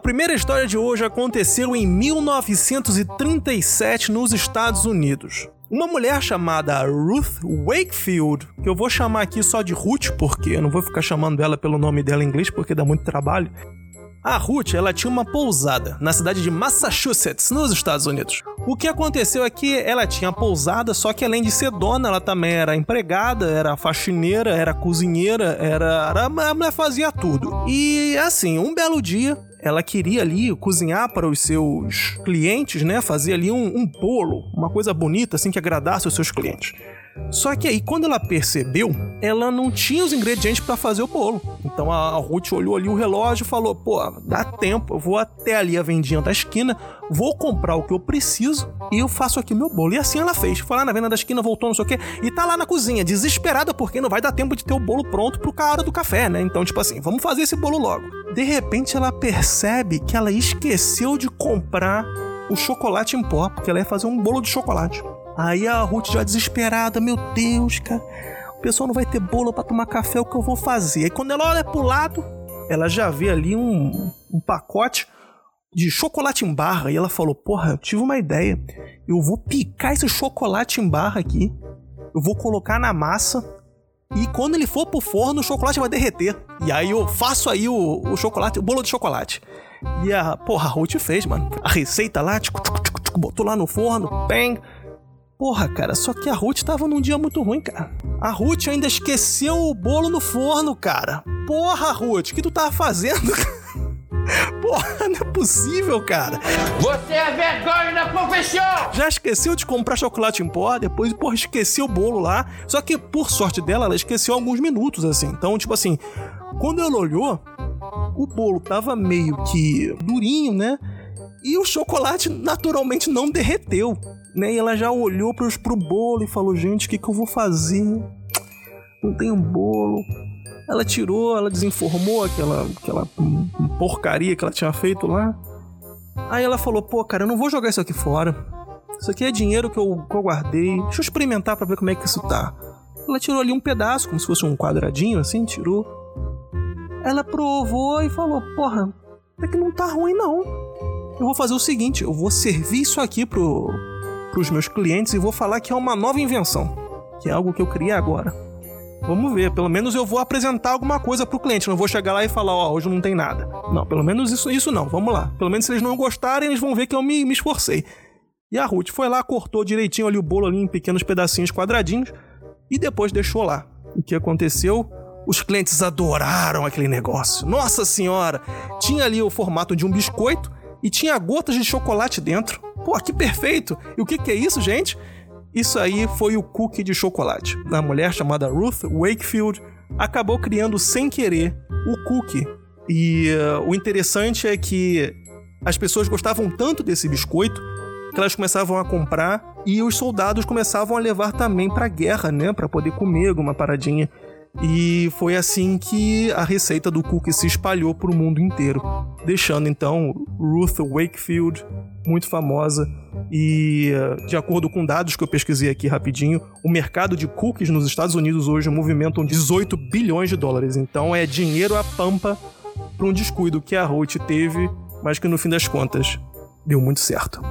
primeira história de hoje aconteceu em mil novecentos e trinta e sete nos Estados Unidos. Uma mulher chamada Ruth Wakefield, que eu vou chamar aqui só de Ruth, porque eu não vou ficar chamando ela pelo nome dela em inglês, porque dá muito trabalho. A Ruth, ela tinha uma pousada na cidade de Massachusetts, nos Estados Unidos. O que aconteceu é que ela tinha pousada, só que além de ser dona, ela também era empregada, era faxineira, era cozinheira, era... era... a mulher fazia tudo. E assim, um belo dia, ela queria ali cozinhar para os seus clientes, né? Fazer ali um, um bolo, uma coisa bonita, assim, que agradasse os seus clientes. Só que aí, quando ela percebeu, ela não tinha os ingredientes para fazer o bolo. Então a Ruth olhou ali o relógio e falou, pô, dá tempo, eu vou até ali a vendinha da esquina, vou comprar o que eu preciso e eu faço aqui o meu bolo. E assim ela fez. Foi lá na venda da esquina, voltou, não sei o quê, e tá lá na cozinha, desesperada porque não vai dar tempo de ter o bolo pronto pro cara do café, né? Então, tipo assim, vamos fazer esse bolo logo. De repente, ela percebe que ela esqueceu de comprar o chocolate em pó, porque ela ia fazer um bolo de chocolate. Aí a Ruth já desesperada, meu Deus, cara, o pessoal não vai ter bolo pra tomar café, o que eu vou fazer? Aí quando ela olha pro lado, ela já vê ali um, um pacote de chocolate em barra, e ela falou, porra, eu tive uma ideia, eu vou picar esse chocolate em barra aqui, eu vou colocar na massa, e quando ele for pro forno, o chocolate vai derreter. E aí eu faço aí o, o chocolate, o bolo de chocolate. E a, porra, a Ruth fez, mano, a receita lá, tchic, tchic, tchic, tchic, botou lá no forno, bang. Porra, cara, só que a Ruth tava num dia muito ruim, cara. A Ruth ainda esqueceu o bolo no forno, cara. Porra, Ruth, o que tu tava fazendo? Porra, não é possível, cara. Você é vergonha na profissão! Já esqueceu de comprar chocolate em pó, depois, porra, esqueceu o bolo lá. Só que, por sorte dela, ela esqueceu alguns minutos, assim. Então, tipo assim, quando ela olhou, o bolo tava meio que durinho, né? E o chocolate naturalmente não derreteu, né? E ela já olhou pros, pro bolo e falou, gente, o que, que eu vou fazer? Não tem um bolo. Ela tirou, ela desenformou aquela, aquela porcaria que ela tinha feito lá. Aí ela falou, pô, cara, eu não vou jogar isso aqui fora. Isso aqui é dinheiro que eu, que eu guardei. Deixa eu experimentar pra ver como é que isso tá. Ela tirou ali um pedaço, como se fosse um quadradinho, assim, tirou. Ela provou e falou, porra, até que não tá ruim, não. Eu vou fazer o seguinte, eu vou servir isso aqui pro, pros meus clientes e vou falar que é uma nova invenção, que é algo que eu criei agora. Vamos ver, pelo menos eu vou apresentar alguma coisa pro cliente, não vou chegar lá e falar, ó, oh, hoje não tem nada. Não, pelo menos isso, isso não, vamos lá. Pelo menos se eles não gostarem, eles vão ver que eu me, me esforcei. E a Ruth foi lá, cortou direitinho ali o bolo ali em pequenos pedacinhos quadradinhos e depois deixou lá. O que aconteceu? Os clientes adoraram aquele negócio. Nossa senhora! Tinha ali o formato de um biscoito e tinha gotas de chocolate dentro. Pô, que perfeito! E o que, que é isso, gente? Isso aí foi o cookie de chocolate. A mulher chamada Ruth Wakefield acabou criando sem querer o cookie. E uh, o interessante é que as pessoas gostavam tanto desse biscoito que elas começavam a comprar e os soldados começavam a levar também pra guerra, né? Pra poder comer alguma paradinha. E foi assim que a receita do cookie se espalhou para o mundo inteiro, deixando então Ruth Wakefield muito famosa. E de acordo com dados que eu pesquisei aqui rapidinho, o mercado de cookies nos Estados Unidos hoje movimentam dezoito bilhões de dólares. Então é dinheiro à pampa para um descuido que a Ruth teve, mas que no fim das contas deu muito certo.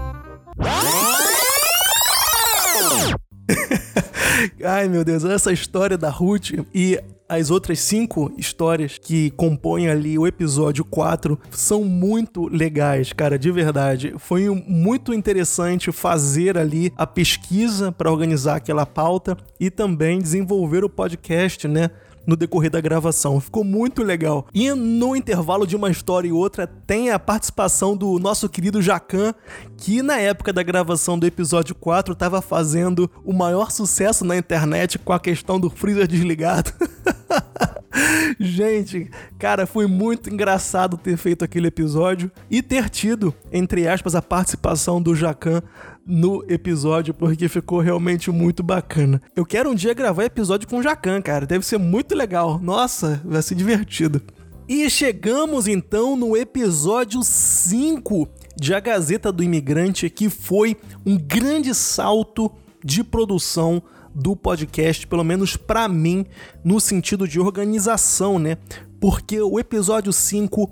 Ai, meu Deus, essa história da Ruth e as outras cinco histórias que compõem ali o episódio quatro são muito legais, cara, de verdade. Foi muito interessante fazer ali a pesquisa para organizar aquela pauta e também desenvolver o podcast, né? No decorrer da gravação. Ficou muito legal. E no intervalo de uma história e outra, tem a participação do nosso querido Jacan, que na época da gravação do episódio quatro estava fazendo o maior sucesso na internet com a questão do freezer desligado. Gente, cara, foi muito engraçado ter feito aquele episódio e ter tido, entre aspas, a participação do Jacan no episódio, porque ficou realmente muito bacana. Eu quero um dia gravar episódio com o Jacan, cara. Deve ser muito legal. Nossa, vai ser divertido. E chegamos então no episódio cinco de A Gazeta do Imigrante, que foi um grande salto de produção do podcast, pelo menos pra mim, no sentido de organização, né? Porque o episódio cinco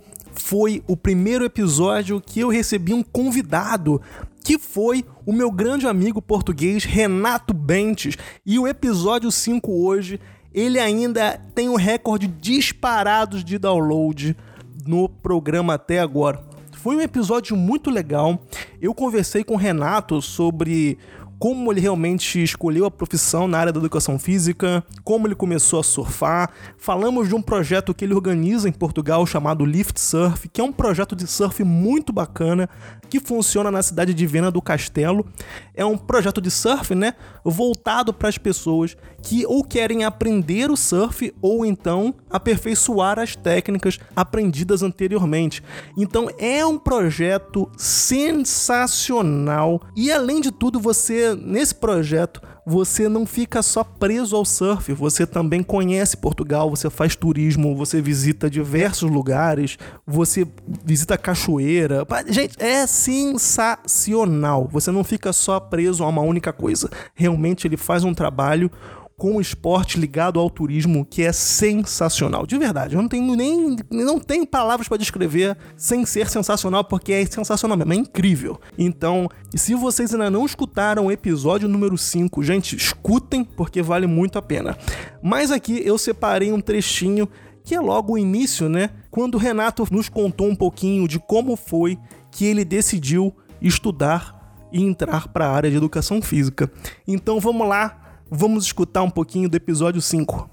foi o primeiro episódio que eu recebi um convidado, que foi o meu grande amigo português Renato Bentes. E o episódio cinco hoje, ele ainda tem um recorde disparado de download no programa até agora. Foi um episódio muito legal. Eu conversei com o Renato sobre como ele realmente escolheu a profissão na área da educação física, como ele começou a surfar. Falamos de um projeto que ele organiza em Portugal chamado Lift Surf, que é um projeto de surf muito bacana, que funciona na cidade de Viana do Castelo. É um projeto de surf, né, voltado para as pessoas que ou querem aprender o surf ou então aperfeiçoar as técnicas aprendidas anteriormente. Então é um projeto sensacional e, além de tudo, você nesse projeto você não fica só preso ao surf, você também conhece Portugal, você faz turismo, você visita diversos lugares, você visita cachoeira. Gente, é sensacional. Você não fica só preso a uma única coisa. Realmente ele faz um trabalho com o esporte ligado ao turismo que é sensacional, de verdade. Eu não tenho nem não tenho palavras para descrever sem ser sensacional, porque é sensacional mesmo, é incrível. Então, se vocês ainda não escutaram o episódio número cinco, gente, escutem, porque vale muito a pena. Mas aqui eu separei um trechinho que é logo o início, né? Quando o Renato nos contou um pouquinho de como foi que ele decidiu estudar e entrar para a área de educação física. Então vamos lá. Vamos escutar um pouquinho do episódio cinco.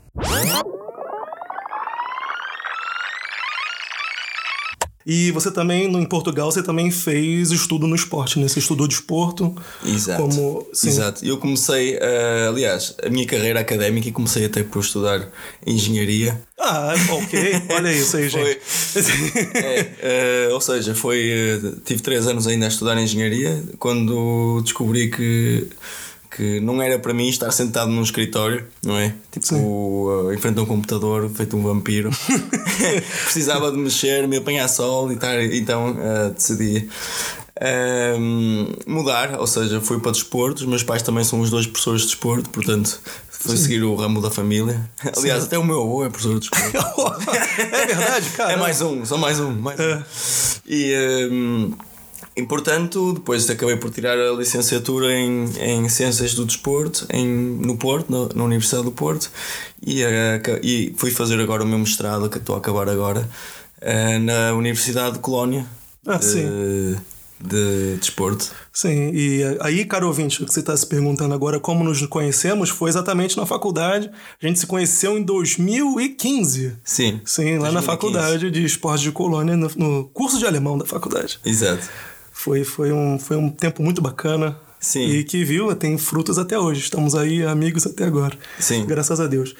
E você também, em Portugal, você também fez estudo no esporte, né? Você estudou desporto. Exato, como... exato. Eu comecei, uh, aliás, a minha carreira académica, e comecei até por estudar engenharia. Ah, ok. Olha isso aí, gente. Foi, é, uh, ou seja, foi, uh, tive três anos ainda a estudar engenharia, quando descobri que... que não era para mim estar sentado num escritório, não é? Tipo, uh, em frente a um computador, feito um vampiro. Precisava de mexer, me apanhar sol e tal, então uh, decidi uh, mudar, ou seja, fui para desporto. Os meus pais também são os dois professores de desporto, portanto foi Sim. seguir o ramo da família. Aliás, Sim. até o meu avô é professor de desporto. É verdade, cara. É mais um, só mais um. Mais um. É. E... Um, E, portanto, depois acabei por tirar a licenciatura em, em Ciências do Desporto em, no Porto, na, na Universidade do Porto, e, e fui fazer agora o meu mestrado, que estou a acabar agora, na Universidade de Colónia, ah, de, sim. de Desporto. Sim, e aí, caro ouvinte, o que você está se perguntando agora, como nos conhecemos, foi exatamente na faculdade. A gente se conheceu em dois mil e quinze. Sim. Sim, lá dois mil e quinze. Na faculdade de Esporte de Colônia, no, no curso de alemão da faculdade. Exato. Foi, foi, um, foi um tempo muito bacana. Sim. E que, viu, tem frutos até hoje. Estamos aí amigos até agora. Sim. Graças a Deus.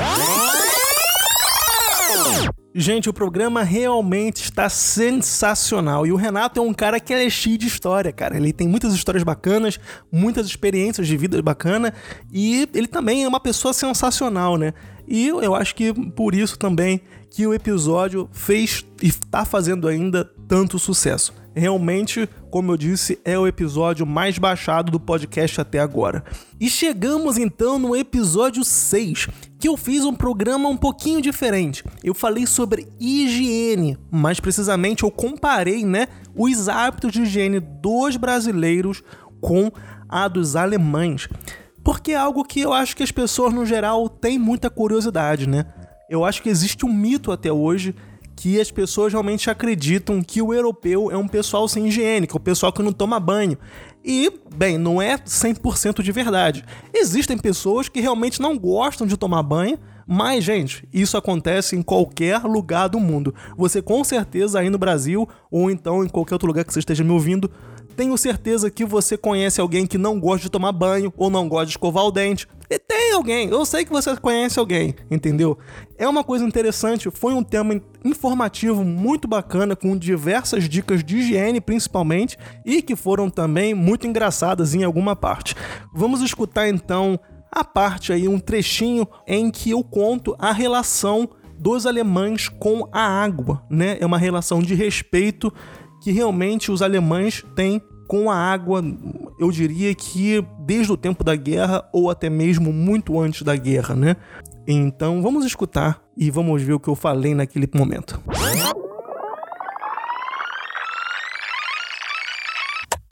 Gente, o programa realmente está sensacional. E o Renato é um cara que é cheio de história, cara. Ele tem muitas histórias bacanas, muitas experiências de vida bacanas. E ele também é uma pessoa sensacional, né? E eu acho que por isso também que o episódio fez e está fazendo ainda tanto sucesso. Realmente, como eu disse, é o episódio mais baixado do podcast até agora. E chegamos então no episódio seis, que eu fiz um programa um pouquinho diferente. Eu falei sobre higiene, mais precisamente eu comparei, né, os hábitos de higiene dos brasileiros com a dos alemães. Porque é algo que eu acho que as pessoas no geral têm muita curiosidade, né? Eu acho que existe um mito até hoje que as pessoas realmente acreditam que o europeu é um pessoal sem higiene, que é o pessoal que não toma banho. E, bem, não é cem por cento de verdade. Existem pessoas que realmente não gostam de tomar banho, mas, gente, isso acontece em qualquer lugar do mundo. Você, com certeza, aí no Brasil, ou então em qualquer outro lugar que você esteja me ouvindo, tenho certeza que você conhece alguém que não gosta de tomar banho ou não gosta de escovar o dente. E tem alguém, eu sei que você conhece alguém, entendeu? É uma coisa interessante, foi um tema informativo muito bacana, com diversas dicas de higiene principalmente, e que foram também muito engraçadas em alguma parte. Vamos escutar então a parte aí, um trechinho em que eu conto a relação dos alemães com a água, né? É uma relação de respeito que realmente os alemães têm com a água, eu diria que desde o tempo da guerra ou até mesmo muito antes da guerra, né? Então vamos escutar e vamos ver o que eu falei naquele momento.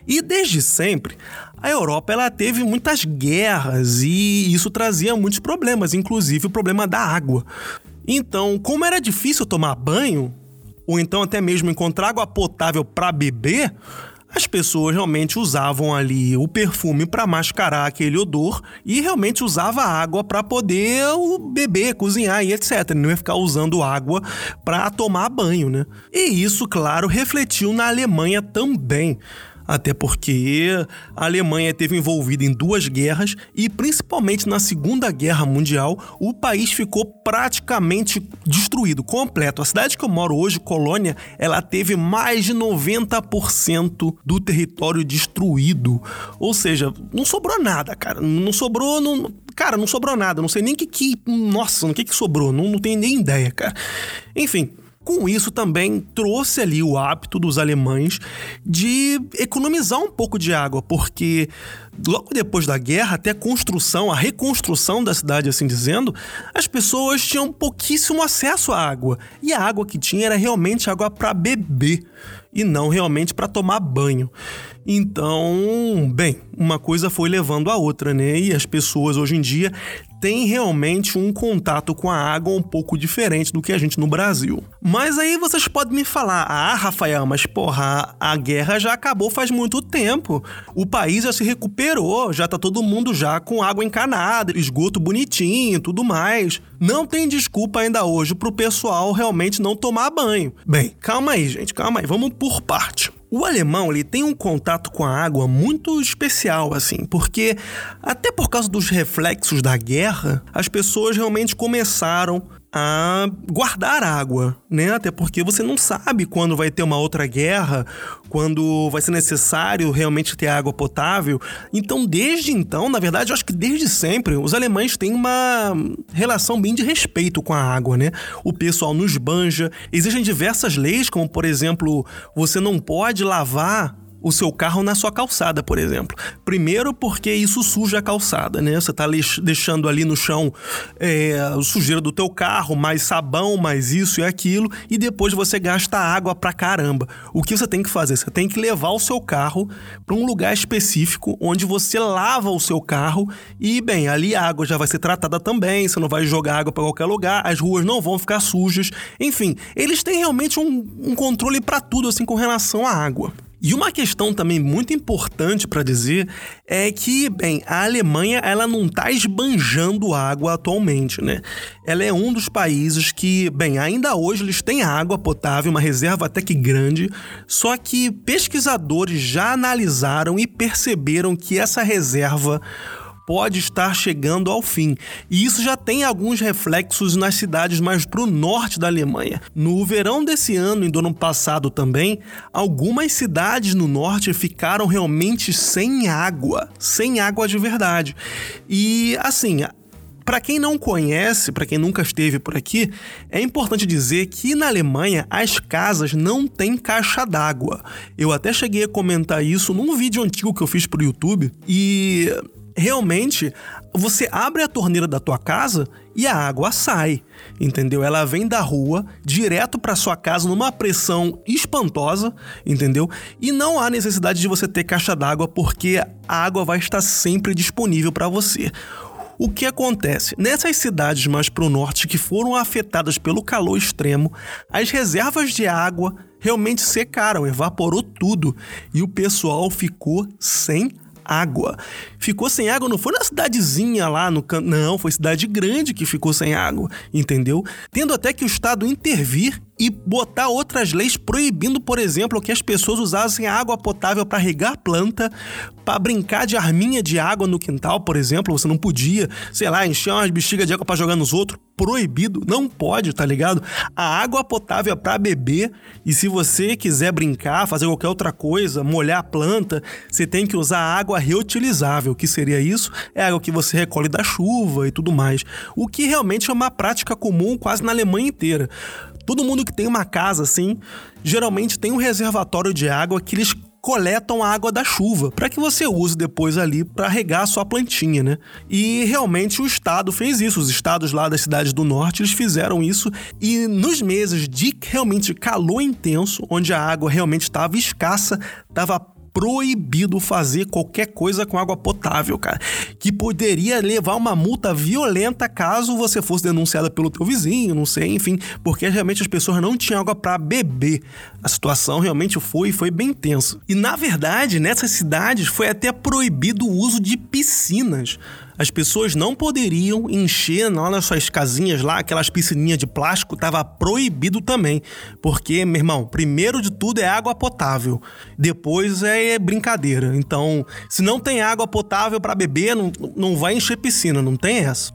E desde sempre, a Europa ela teve muitas guerras e isso trazia muitos problemas, inclusive o problema da água. Então, como era difícil tomar banho, ou então até mesmo encontrar água potável para beber, as pessoas realmente usavam ali o perfume para mascarar aquele odor e realmente usava água para poder beber, cozinhar e etcétera. Não ia ficar usando água para tomar banho, né? E isso, claro, refletiu na Alemanha também. Até porque a Alemanha esteve envolvida em duas guerras e, principalmente na Segunda Guerra Mundial, o país ficou praticamente destruído, completo. A cidade que eu moro hoje, Colônia, ela teve mais de noventa por cento do território destruído. Ou seja, não sobrou nada, cara. Não sobrou... Não... Cara, não sobrou nada. Não sei nem o que que... Nossa, o que que sobrou. Não, não tenho nem ideia, cara. Enfim... Com isso também trouxe ali o hábito dos alemães de economizar um pouco de água, porque logo depois da guerra, até a construção, a reconstrução da cidade, assim dizendo, as pessoas tinham pouquíssimo acesso à água. E a água que tinha era realmente água para beber e não realmente para tomar banho. Então, bem, uma coisa foi levando a outra, né? E as pessoas hoje em dia têm realmente um contato com a água um pouco diferente do que a gente no Brasil. Mas aí vocês podem me falar, ah, Rafael, mas porra, a guerra já acabou faz muito tempo. O país já se recuperou, já tá todo mundo já com água encanada, esgoto bonitinho e tudo mais. Não tem desculpa ainda hoje pro pessoal realmente não tomar banho. Bem, calma aí, gente, calma aí, vamos por parte. O alemão, ele tem um contato com a água muito especial, assim, porque até por causa dos reflexos da guerra, as pessoas realmente começaram a guardar água, né? Até porque você não sabe quando vai ter uma outra guerra, quando vai ser necessário realmente ter água potável. Então, desde então, na verdade, eu acho que desde sempre, os alemães têm uma relação bem de respeito com a água, né? O pessoal nos banja. Existem diversas leis, como, por exemplo, você não pode lavar o seu carro na sua calçada, por exemplo. Primeiro porque isso suja a calçada, né? Você tá deixando ali no chão é, sujeira do teu carro, mais sabão, mais isso e aquilo, e depois você gasta água pra caramba. O que você tem que fazer? Você tem que levar o seu carro para um lugar específico, onde você lava o seu carro e, bem, ali a água já vai ser tratada também, você não vai jogar água pra qualquer lugar, as ruas não vão ficar sujas. Enfim, eles têm realmente um, um controle pra tudo, assim, com relação à água. E uma questão também muito importante para dizer é que, bem, a Alemanha ela não está esbanjando água atualmente, né? Ela é um dos países que, bem, ainda hoje eles têm água potável, uma reserva até que grande, só que pesquisadores já analisaram e perceberam que essa reserva pode estar chegando ao fim. E isso já tem alguns reflexos nas cidades mais para o norte da Alemanha. No verão desse ano e do ano passado também, algumas cidades no norte ficaram realmente sem água, sem água de verdade. E assim, para quem não conhece, para quem nunca esteve por aqui, é importante dizer que na Alemanha as casas não têm caixa d'água. Eu até cheguei a comentar isso num vídeo antigo que eu fiz pro YouTube e realmente, você abre a torneira da tua casa e a água sai, entendeu? Ela vem da rua direto para sua casa numa pressão espantosa, entendeu? E não há necessidade de você ter caixa d'água porque a água vai estar sempre disponível para você. O que acontece? Nessas cidades mais para o norte que foram afetadas pelo calor extremo, as reservas de água realmente secaram, evaporou tudo e o pessoal ficou sem água. Ficou sem água, não foi na cidadezinha lá no canto, não, foi cidade grande que ficou sem água, entendeu? Tendo até que o Estado intervir e botar outras leis proibindo, por exemplo, que as pessoas usassem água potável para regar planta, para brincar de arminha de água no quintal, por exemplo, você não podia, sei lá, encher umas bexigas de água para jogar nos outros, proibido, não pode, tá ligado? A água potável é para beber e se você quiser brincar, fazer qualquer outra coisa, molhar a planta, você tem que usar água reutilizável. O que seria isso? É água que você recolhe da chuva e tudo mais. O que realmente é uma prática comum quase na Alemanha inteira. Todo mundo que tem uma casa assim, geralmente tem um reservatório de água que eles coletam a água da chuva, para que você use depois ali para regar a sua plantinha, né? E realmente o estado fez isso, os estados lá das cidades do norte, eles fizeram isso e nos meses de realmente calor intenso, onde a água realmente estava escassa, estava proibido fazer qualquer coisa com água potável, cara. Que poderia levar uma multa violenta caso você fosse denunciado pelo teu vizinho, não sei, enfim. Porque realmente as pessoas não tinham água pra beber. A situação realmente foi, foi bem tensa. E na verdade, nessas cidades foi até proibido o uso de piscinas. As pessoas não poderiam encher lá nas suas casinhas lá, aquelas piscininhas de plástico, tava proibido também. Porque, meu irmão, primeiro de tudo é água potável, depois é brincadeira. Então, se não tem água potável para beber, não, não vai encher piscina, não tem essa.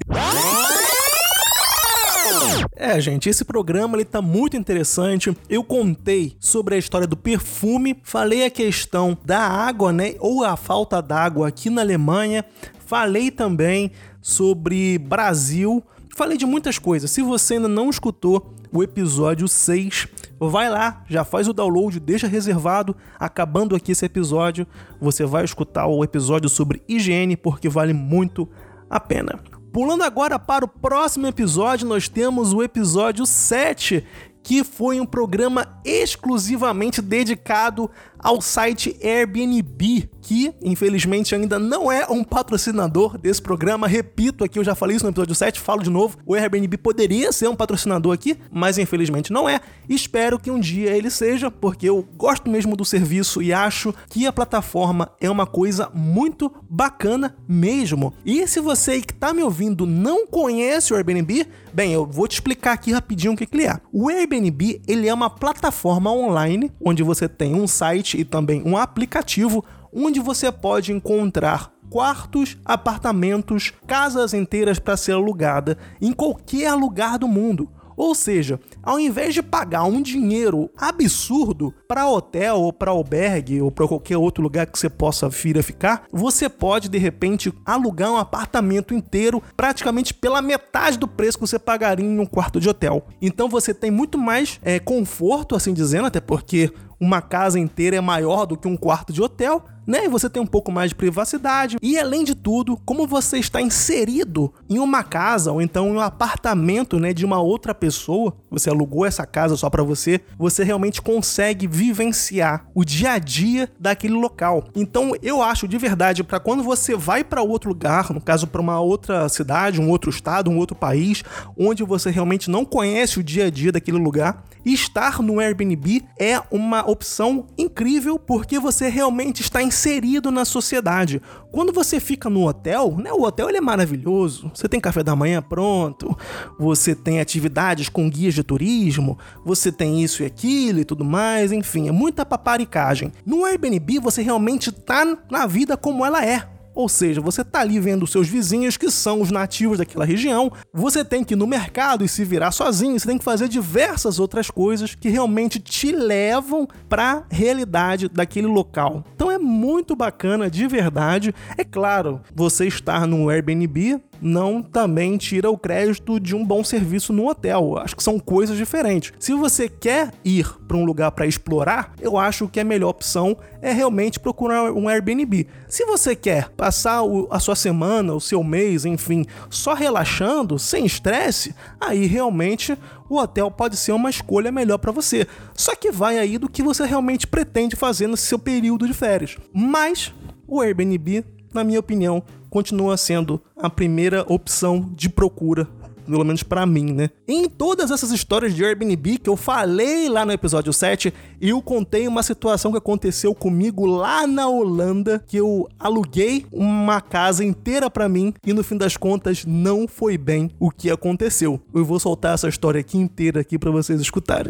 É, gente, esse programa ele tá muito interessante. Eu contei sobre a história do perfume, falei a questão da água, né, ou a falta d'água aqui na Alemanha. Falei também sobre Brasil, falei de muitas coisas. Se você ainda não escutou o episódio seis, vai lá, já faz o download, deixa reservado. Acabando aqui esse episódio, você vai escutar o episódio sobre higiene, porque vale muito a pena. Pulando agora para o próximo episódio, nós temos o episódio sete, que foi um programa exclusivamente dedicado ao site Airbnb, que infelizmente ainda não é um patrocinador desse programa. Repito aqui, eu já falei isso no episódio sete, falo de novo, o Airbnb poderia ser um patrocinador aqui, mas infelizmente não é. Espero que um dia ele seja, porque eu gosto mesmo do serviço e acho que a plataforma é uma coisa muito bacana mesmo. E se você que está me ouvindo não conhece o Airbnb, bem, eu vou te explicar aqui rapidinho o que ele é. O Airbnb, ele é uma plataforma online, onde você tem um site e também um aplicativo, onde você pode encontrar quartos, apartamentos, casas inteiras para ser alugada em qualquer lugar do mundo. Ou seja, ao invés de pagar um dinheiro absurdo para hotel ou para albergue ou para qualquer outro lugar que você possa vir a ficar, você pode de repente alugar um apartamento inteiro praticamente pela metade do preço que você pagaria em um quarto de hotel. Então você tem muito mais é, conforto, assim dizendo, até porque uma casa inteira é maior do que um quarto de hotel, né? E você tem um pouco mais de privacidade. E além de tudo, como você está inserido em uma casa ou então em um apartamento, né, de uma outra pessoa, você alugou essa casa só para você, você realmente consegue vivenciar o dia a dia daquele local. Então eu acho de verdade, para quando você vai para outro lugar, no caso para uma outra cidade, um outro estado, um outro país, onde você realmente não conhece o dia a dia daquele lugar, estar no Airbnb é uma opção incrível, porque você realmente está inserido na sociedade. Quando você fica no hotel, né, o hotel ele é maravilhoso, você tem café da manhã pronto, você tem atividades com guias de turismo, você tem isso e aquilo e tudo mais, enfim, é muita paparicagem. No Airbnb você realmente está na vida como ela é. Ou seja, você tá ali vendo os seus vizinhos que são os nativos daquela região, você tem que ir no mercado e se virar sozinho, você tem que fazer diversas outras coisas que realmente te levam para a realidade daquele local. Então é muito bacana, de verdade. É claro, você estar no Airbnb não também tira o crédito de um bom serviço no hotel. Acho que são coisas diferentes. Se você quer ir para um lugar para explorar, eu acho que a melhor opção é realmente procurar um Airbnb. Se você quer passar o, a sua semana, o seu mês, enfim, só relaxando, sem estresse, aí realmente o hotel pode ser uma escolha melhor para você. Só que vai aí do que você realmente pretende fazer no seu período de férias. Mas o Airbnb, na minha opinião, continua sendo a primeira opção de procura, pelo menos pra mim, né? Em todas essas histórias de Airbnb que eu falei lá no episódio sete, eu contei uma situação que aconteceu comigo lá na Holanda, que eu aluguei uma casa inteira pra mim e no fim das contas não foi bem o que aconteceu. Eu vou soltar essa história aqui inteira aqui pra vocês escutarem.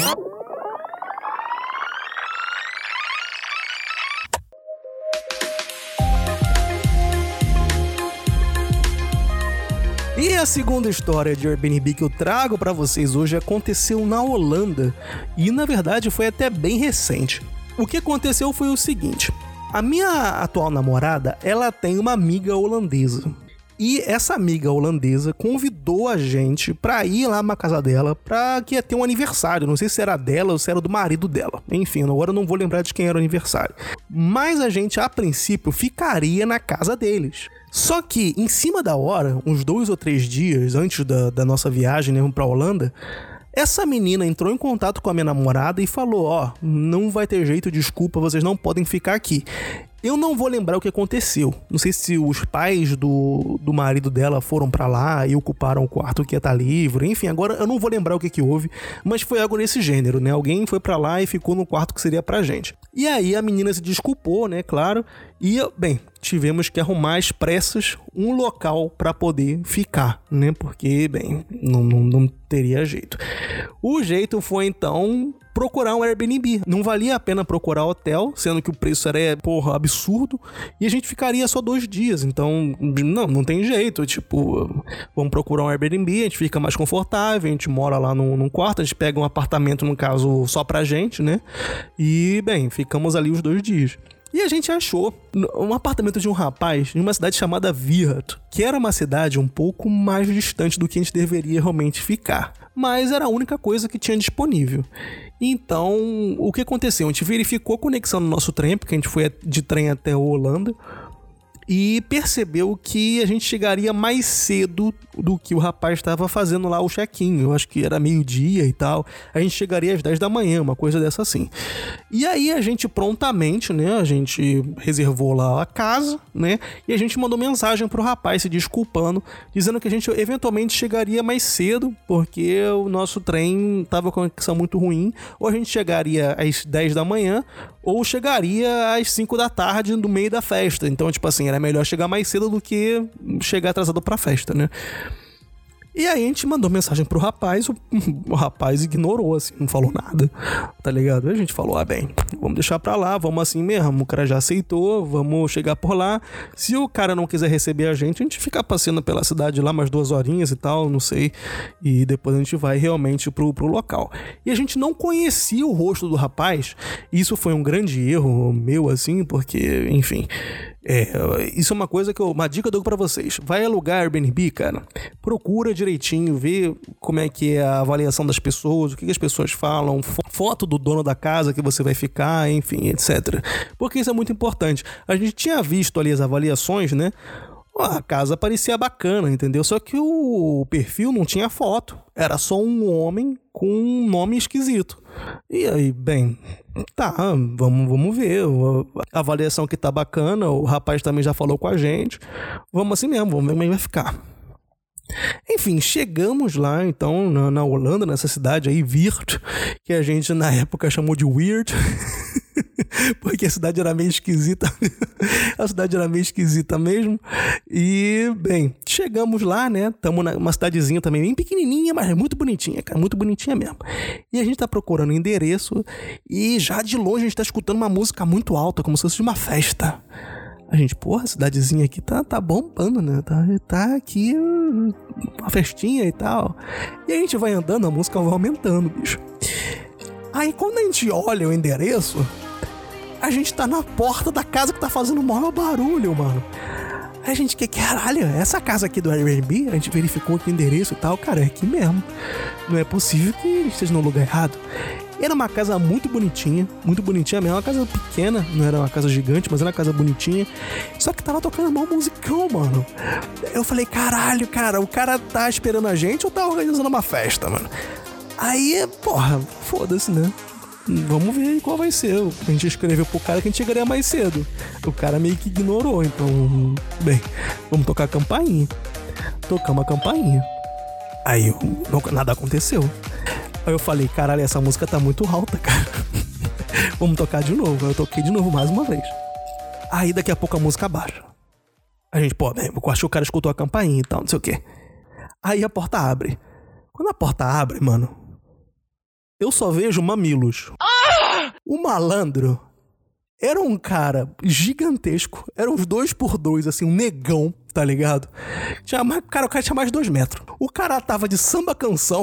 E a segunda história de Airbnb que eu trago pra vocês hoje aconteceu na Holanda e, na verdade, foi até bem recente. O que aconteceu foi o seguinte: a minha atual namorada, ela tem uma amiga holandesa. E essa amiga holandesa convidou a gente pra ir lá na casa dela pra que ia ter um aniversário. Não sei se era dela ou se era do marido dela. Enfim, agora eu não vou lembrar de quem era o aniversário. Mas a gente, a princípio, ficaria na casa deles. Só que, em cima da hora, uns dois ou três dias antes da, da nossa viagem, né, pra Holanda, Essa menina entrou em contato com a minha namorada e falou, ó, não vai ter jeito, desculpa, vocês não podem ficar aqui. Eu não vou lembrar o que aconteceu. Não sei se os pais do, do marido dela foram pra lá e ocuparam o quarto que ia estar livre. Enfim, agora eu não vou lembrar o que que houve, mas foi algo nesse gênero, né? Alguém foi pra lá e ficou no quarto que seria pra gente. E aí a menina se desculpou, né? Claro. E, bem, tivemos que arrumar às pressas um local pra poder ficar, né? Porque, bem, não, não, não teria jeito. O jeito foi, então, procurar um Airbnb. Não valia a pena procurar hotel, sendo que o preço era, porra, absurdo, e a gente ficaria só dois dias. Então, não, não tem jeito. Tipo, vamos procurar um Airbnb, a gente fica mais confortável, a gente mora lá num, num quarto, a gente pega um apartamento, no caso, só pra gente, né? E, bem, ficamos ali os dois dias. E a gente achou um apartamento de um rapaz em uma cidade chamada Weert, que era uma cidade um pouco mais distante do que a gente deveria realmente ficar. Mas era a única coisa que tinha disponível. Então, o que aconteceu? A gente verificou a conexão no nosso trem, porque a gente foi de trem até a Holanda, e percebeu que a gente chegaria mais cedo do que o rapaz estava fazendo lá o check-in. Eu acho que era meio-dia e tal. A gente chegaria às dez da manhã, uma coisa dessa assim. E aí a gente prontamente, né, a gente reservou lá a casa, né, e a gente mandou mensagem pro rapaz se desculpando, dizendo que a gente eventualmente chegaria mais cedo, porque o nosso trem tava com a conexão muito ruim, ou a gente chegaria às dez da manhã, ou chegaria às cinco da tarde no meio da festa. Então, tipo assim, era melhor chegar mais cedo do que chegar atrasado pra festa, né? E aí a gente mandou mensagem pro rapaz, o, o rapaz ignorou, assim, não falou nada, tá ligado? Aí a gente falou, ah, bem, vamos deixar pra lá, vamos assim mesmo, o cara já aceitou, vamos chegar por lá. Se o cara não quiser receber a gente, a gente fica passeando pela cidade lá umas duas horinhas e tal, não sei, e depois a gente vai realmente pro, pro local. E a gente não conhecia o rosto do rapaz, e isso foi um grande erro meu, assim, porque, enfim... É, isso é uma coisa que eu... Uma dica que eu dou pra vocês. Vai alugar Airbnb, cara. Procura direitinho, vê como é que é a avaliação das pessoas, o que, que as pessoas falam, foto do dono da casa que você vai ficar, enfim, etcétera. Porque isso é muito importante. A gente tinha visto ali as avaliações, né? A casa parecia bacana, entendeu? Só que o perfil não tinha foto. Era só um homem com um nome esquisito. E aí, bem, tá, vamos, vamos ver. A avaliação que tá bacana, o rapaz também já falou com a gente. Vamos assim mesmo, vamos ver como é que vai ficar. Enfim, chegamos lá, então, na, na Holanda, nessa cidade aí, Weert, que a gente na época chamou de Weird. Porque a cidade era meio esquisita. A cidade era meio esquisita mesmo. E, bem, chegamos lá, né? Estamos numa cidadezinha também bem pequenininha, mas muito bonitinha, cara. Muito bonitinha mesmo. E a gente tá procurando o endereço e já de longe a gente tá escutando uma música muito alta, como se fosse de uma festa. A gente, porra, a cidadezinha aqui tá, tá bombando, né? Tá, tá aqui uma festinha e tal. E a gente vai andando, a música vai aumentando, bicho. Aí quando a gente olha o endereço, a gente tá na porta da casa que tá fazendo o maior barulho, mano. Aí a gente, que caralho, essa casa aqui do Airbnb, a gente verificou aqui o endereço e tal, cara, é aqui mesmo. Não é possível que esteja no lugar errado. Era uma casa muito bonitinha, muito bonitinha mesmo, uma casa pequena, não era uma casa gigante, mas era uma casa bonitinha. Só que tava tocando mal musicão, mano. Eu falei, caralho, cara, o cara tá esperando a gente ou tá organizando uma festa, mano? Aí, porra, foda-se, né? Vamos ver qual vai ser. A gente escreveu pro cara que a gente chegaria mais cedo. O cara meio que ignorou, então... Bem, vamos tocar a campainha. Tocamos a campainha. Aí, não, nada aconteceu. Aí eu falei, caralho, essa música tá muito alta, cara. Vamos tocar de novo. Aí eu toquei de novo mais uma vez. Aí daqui a pouco a música baixa. A gente, pô, bem, eu acho que o cara escutou a campainha e tal, não sei o quê. Aí a porta abre. Quando a porta abre, mano, eu só vejo mamilos. Ah! O malandro era um cara gigantesco. Era uns dois por dois, assim, um negão, tá ligado? Tinha mais, cara, o cara tinha mais de dois metros. O cara tava de samba canção.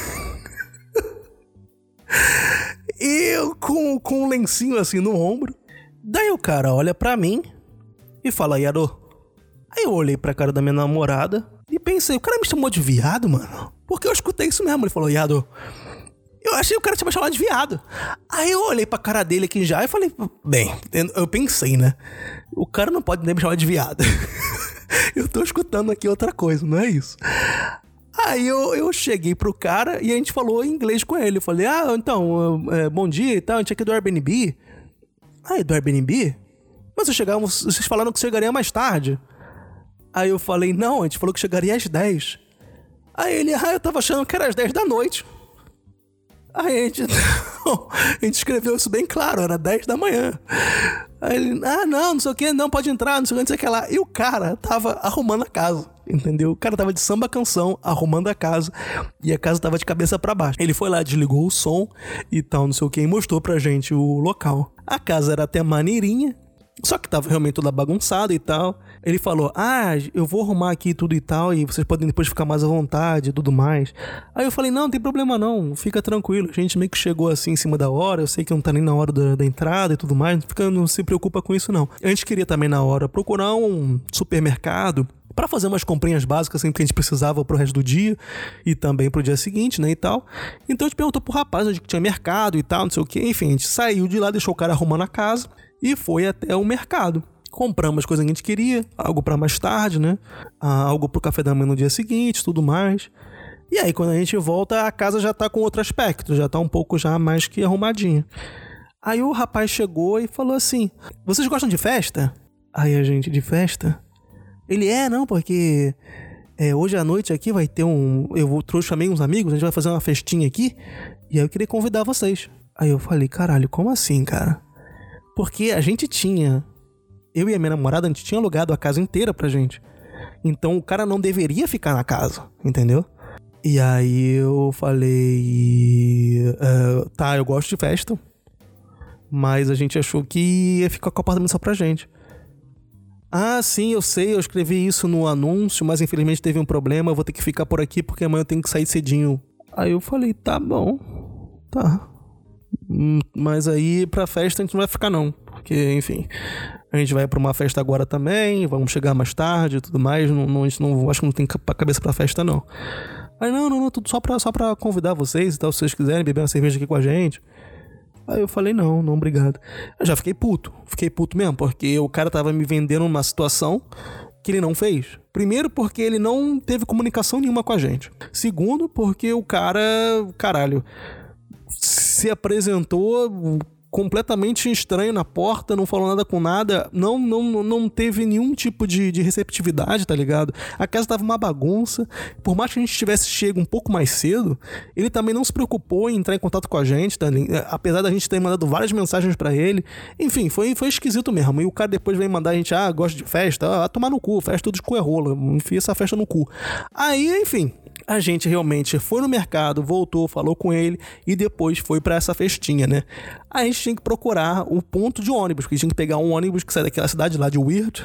E com, com um lencinho assim no ombro. Daí o cara olha pra mim e fala, Yadô. Aí eu olhei pra cara da minha namorada e pensei, o cara me chamou de viado, mano? Porque eu escutei isso mesmo. Ele falou, Yadô. Eu achei que o cara tinha me chamado de viado. Aí eu olhei pra cara dele aqui já e falei, bem, eu pensei, né? O cara não pode nem me chamar de viado. Eu tô escutando aqui outra coisa, não é isso? Aí eu, eu cheguei pro cara e a gente falou em inglês com ele. Eu falei, ah, então, é, bom dia e tal, a gente aqui do Airbnb. Ah, é do Airbnb? Mas vocês, chegaram, vocês falaram que chegaria mais tarde. Aí eu falei, não, a gente falou que chegaria às dez. Aí ele, ah, eu tava achando que era às dez da noite. Aí a gente, a gente escreveu isso bem claro, era dez da manhã. Aí ele, ah, não, não sei o que, não, pode entrar, não sei o que, não sei o que lá. E o cara tava arrumando a casa, entendeu? O cara tava de samba canção, arrumando a casa, e a casa tava de cabeça pra baixo. Ele foi lá, desligou o som e tal, não sei o que, e mostrou pra gente o local. A casa era até maneirinha, só que tava realmente toda bagunçada e tal. Ele falou, ah, eu vou arrumar aqui tudo e tal, e vocês podem depois ficar mais à vontade e tudo mais. Aí eu falei, não, não tem problema não, fica tranquilo. A gente meio que chegou assim em cima da hora, eu sei que não tá nem na hora da, da entrada e tudo mais, não, fica, não se preocupa com isso não. A gente queria também na hora procurar um supermercado pra fazer umas comprinhas básicas assim, que a gente precisava pro resto do dia e também pro dia seguinte, né, e tal. Então a gente perguntou pro rapaz onde tinha mercado e tal, não sei o que. Enfim, a gente saiu de lá, deixou o cara arrumando a casa e foi até o mercado. Compramos as coisas que a gente queria, algo pra mais tarde, né? Ah, algo pro café da manhã no dia seguinte, tudo mais. E aí, quando a gente volta, a casa já tá com outro aspecto, já tá um pouco já mais que arrumadinha. Aí o rapaz chegou e falou assim, vocês gostam de festa? Aí a gente, de festa? Ele, é, não, porque é, hoje à noite aqui vai ter um... Eu vou, trouxe, chamei uns amigos, a gente vai fazer uma festinha aqui, e aí eu queria convidar vocês. Aí eu falei, caralho, como assim, cara? Porque a gente tinha... Eu e a minha namorada, a gente tinha alugado a casa inteira pra gente. Então o cara não deveria ficar na casa, entendeu? E aí eu falei... Uh, tá, eu gosto de festa, mas a gente achou que ia ficar com o apartamento só pra gente. Ah, sim, eu sei, eu escrevi isso no anúncio, mas infelizmente teve um problema, eu vou ter que ficar por aqui porque amanhã eu tenho que sair cedinho. Aí eu falei, tá bom, tá. Mas aí pra festa a gente não vai ficar não, porque enfim, a gente vai pra uma festa agora também, vamos chegar mais tarde e tudo mais, não, não, a gente não, acho que não tem cabeça pra festa não. Aí não, não, não, tudo só pra, só pra convidar vocês e tal, se vocês quiserem beber uma cerveja aqui com a gente. Aí eu falei, não, não, obrigado. Eu já fiquei puto, fiquei puto mesmo, porque o cara tava me vendendo uma situação que ele não fez. Primeiro, porque ele não teve comunicação nenhuma com a gente. Segundo, porque o cara, caralho, se apresentou completamente estranho na porta, não falou nada com nada, não, não, não teve nenhum tipo de, de receptividade, tá ligado? A casa tava uma bagunça, por mais que a gente tivesse chego um pouco mais cedo, ele também não se preocupou em entrar em contato com a gente, tá? Apesar da gente ter mandado várias mensagens pra ele, enfim, foi, foi esquisito mesmo, e o cara depois veio mandar a gente, ah, gosta de festa, ah, tomar no cu, festa tudo de cu é rola, enfia essa festa no cu. Aí, enfim, a gente realmente foi no mercado, voltou, falou com ele e depois foi pra essa festinha, né? A gente tinha que procurar o ponto de ônibus, porque a gente tinha que pegar um ônibus que sai daquela cidade lá de Weird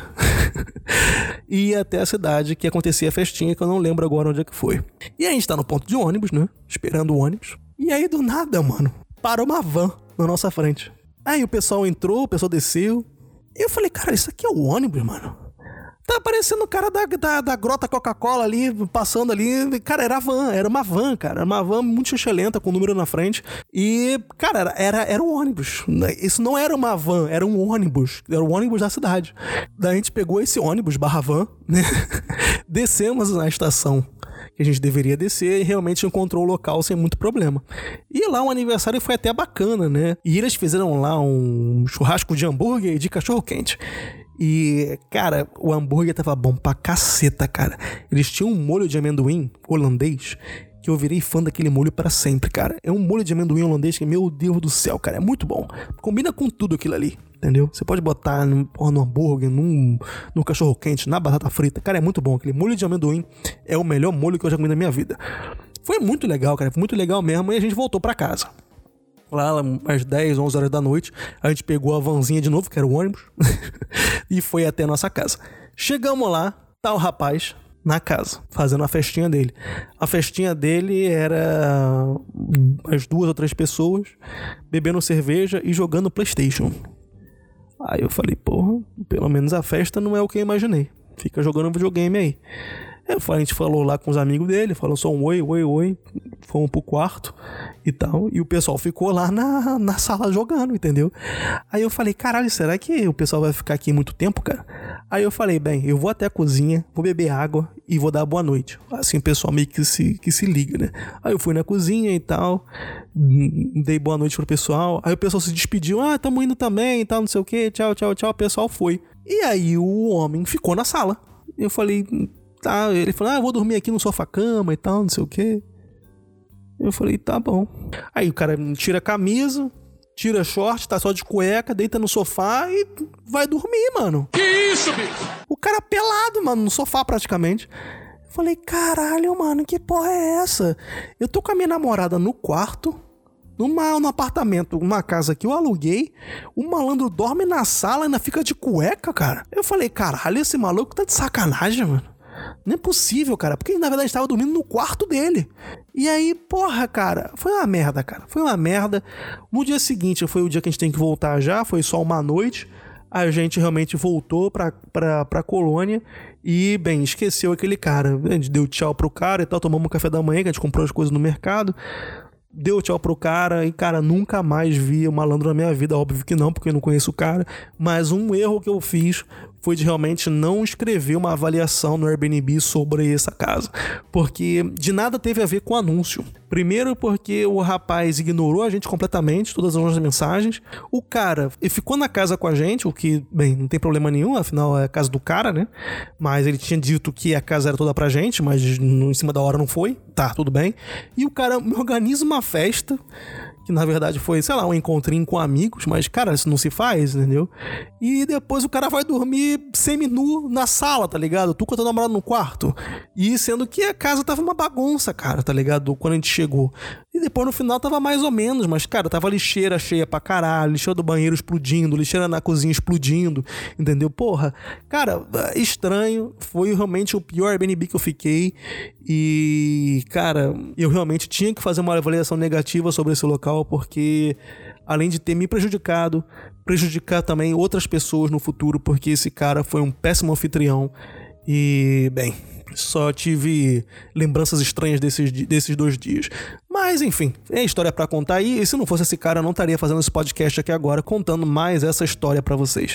e ir até a cidade que acontecia a festinha, que eu não lembro agora onde é que foi. E a gente tá no ponto de ônibus, né? Esperando o ônibus. E aí, do nada, mano, parou uma van na nossa frente. Aí o pessoal entrou, o pessoal desceu. E eu falei, cara, isso aqui é o ônibus, mano. Tá parecendo o cara da, da, da Grota Coca-Cola ali, passando ali. Cara, era van, era uma van, cara. Era uma van muito xixelenta, com o número na frente. E, cara, era, era, era um ônibus. Isso não era uma van, era um ônibus. Era o ônibus da cidade. Daí a gente pegou esse ônibus barra van, né? Descemos na estação que a gente deveria descer e realmente encontrou o local sem muito problema. E lá o aniversário foi até bacana, né? E eles fizeram lá um churrasco de hambúrguer e de cachorro-quente. E, cara, o hambúrguer tava bom pra caceta, cara. Eles tinham um molho de amendoim holandês que eu virei fã daquele molho pra sempre, cara. É um molho de amendoim holandês que, meu Deus do céu, cara, é muito bom. Combina com tudo aquilo ali, entendeu? Você pode botar no, no hambúrguer, num, no cachorro-quente, na batata frita. Cara, é muito bom. Aquele molho de amendoim é o melhor molho que eu já comi na minha vida. Foi muito legal, cara. Foi muito legal mesmo. E a gente voltou pra casa. Lá às dez, onze horas da noite, a gente pegou a vanzinha de novo, que era o ônibus, e foi até a nossa casa. Chegamos lá, tá o rapaz na casa, fazendo a festinha dele. A festinha dele era as duas ou três pessoas bebendo cerveja e jogando PlayStation. Aí eu falei, porra, pelo menos a festa não é o que eu imaginei. Fica jogando videogame aí. A gente falou lá com os amigos dele, falou só um oi, oi, oi, fomos pro quarto e tal, e o pessoal ficou lá na, na sala jogando, entendeu? Aí eu falei, caralho, será que o pessoal vai ficar aqui muito tempo, cara? Aí eu falei, bem, eu vou até a cozinha, vou beber água e vou dar boa noite. Assim o pessoal meio que se, que se liga, né? Aí eu fui na cozinha e tal, dei boa noite pro pessoal. Aí o pessoal se despediu, ah, tamo indo também e tal, não sei o que, tchau, tchau, tchau. O pessoal foi. E aí o homem ficou na sala. Eu falei, tá, ele falou, ah, eu vou dormir aqui no sofá-cama e tal, não sei o que. Eu falei, tá bom. Aí o cara tira a camisa, tira short, tá só de cueca, deita no sofá e vai dormir, mano. Que isso, bicho? O cara pelado, mano, no sofá praticamente. Eu falei, caralho, mano, que porra é essa? Eu tô com a minha namorada no quarto, numa, num apartamento, uma casa que eu aluguei, o malandro dorme na sala e ainda fica de cueca, cara. Eu falei, caralho, esse maluco tá de sacanagem, mano. Não é possível, cara, porque ele na verdade estava dormindo no quarto dele. E aí, porra, cara, foi uma merda, cara, foi uma merda. No dia seguinte, foi o dia que a gente tem que voltar já, foi só uma noite. A gente realmente voltou pra, pra, pra colônia e, bem, esqueceu aquele cara. A gente deu tchau pro cara e tal, tomamos um café da manhã, que a gente comprou as coisas no mercado. Deu tchau pro cara e, cara, nunca mais vi o malandro na minha vida. Óbvio que não, porque eu não conheço o cara. Mas um erro que eu fiz foi de realmente não escrever uma avaliação no Airbnb sobre essa casa. Porque de nada teve a ver com o anúncio. Primeiro porque o rapaz ignorou a gente completamente, todas as nossas mensagens. O cara ficou na casa com a gente, o que, bem, não tem problema nenhum, afinal é a casa do cara, né? Mas ele tinha dito que a casa era toda pra gente, mas em cima da hora não foi. Tá, tudo bem. E o cara me organiza uma festa, que na verdade foi, sei lá, um encontrinho com amigos, mas, cara, isso não se faz, entendeu? E depois o cara vai dormir semi-nu na sala, tá ligado? Tu com a tua namorada no quarto. E sendo que a casa tava uma bagunça, cara, tá ligado? Quando a gente chegou. E depois no final tava mais ou menos, mas, cara, tava lixeira cheia pra caralho, lixeira do banheiro explodindo, lixeira na cozinha explodindo, entendeu? Porra, cara, estranho. Foi realmente o pior Airbnb que eu fiquei. E, cara, eu realmente tinha que fazer uma avaliação negativa sobre esse local, porque além de ter me prejudicado, prejudicar também outras pessoas no futuro, porque esse cara foi um péssimo anfitrião. E, bem, só tive lembranças estranhas desses, desses dois dias. Mas, enfim, é história pra contar aí. E se não fosse esse cara, eu não estaria fazendo esse podcast aqui agora, contando mais essa história pra vocês.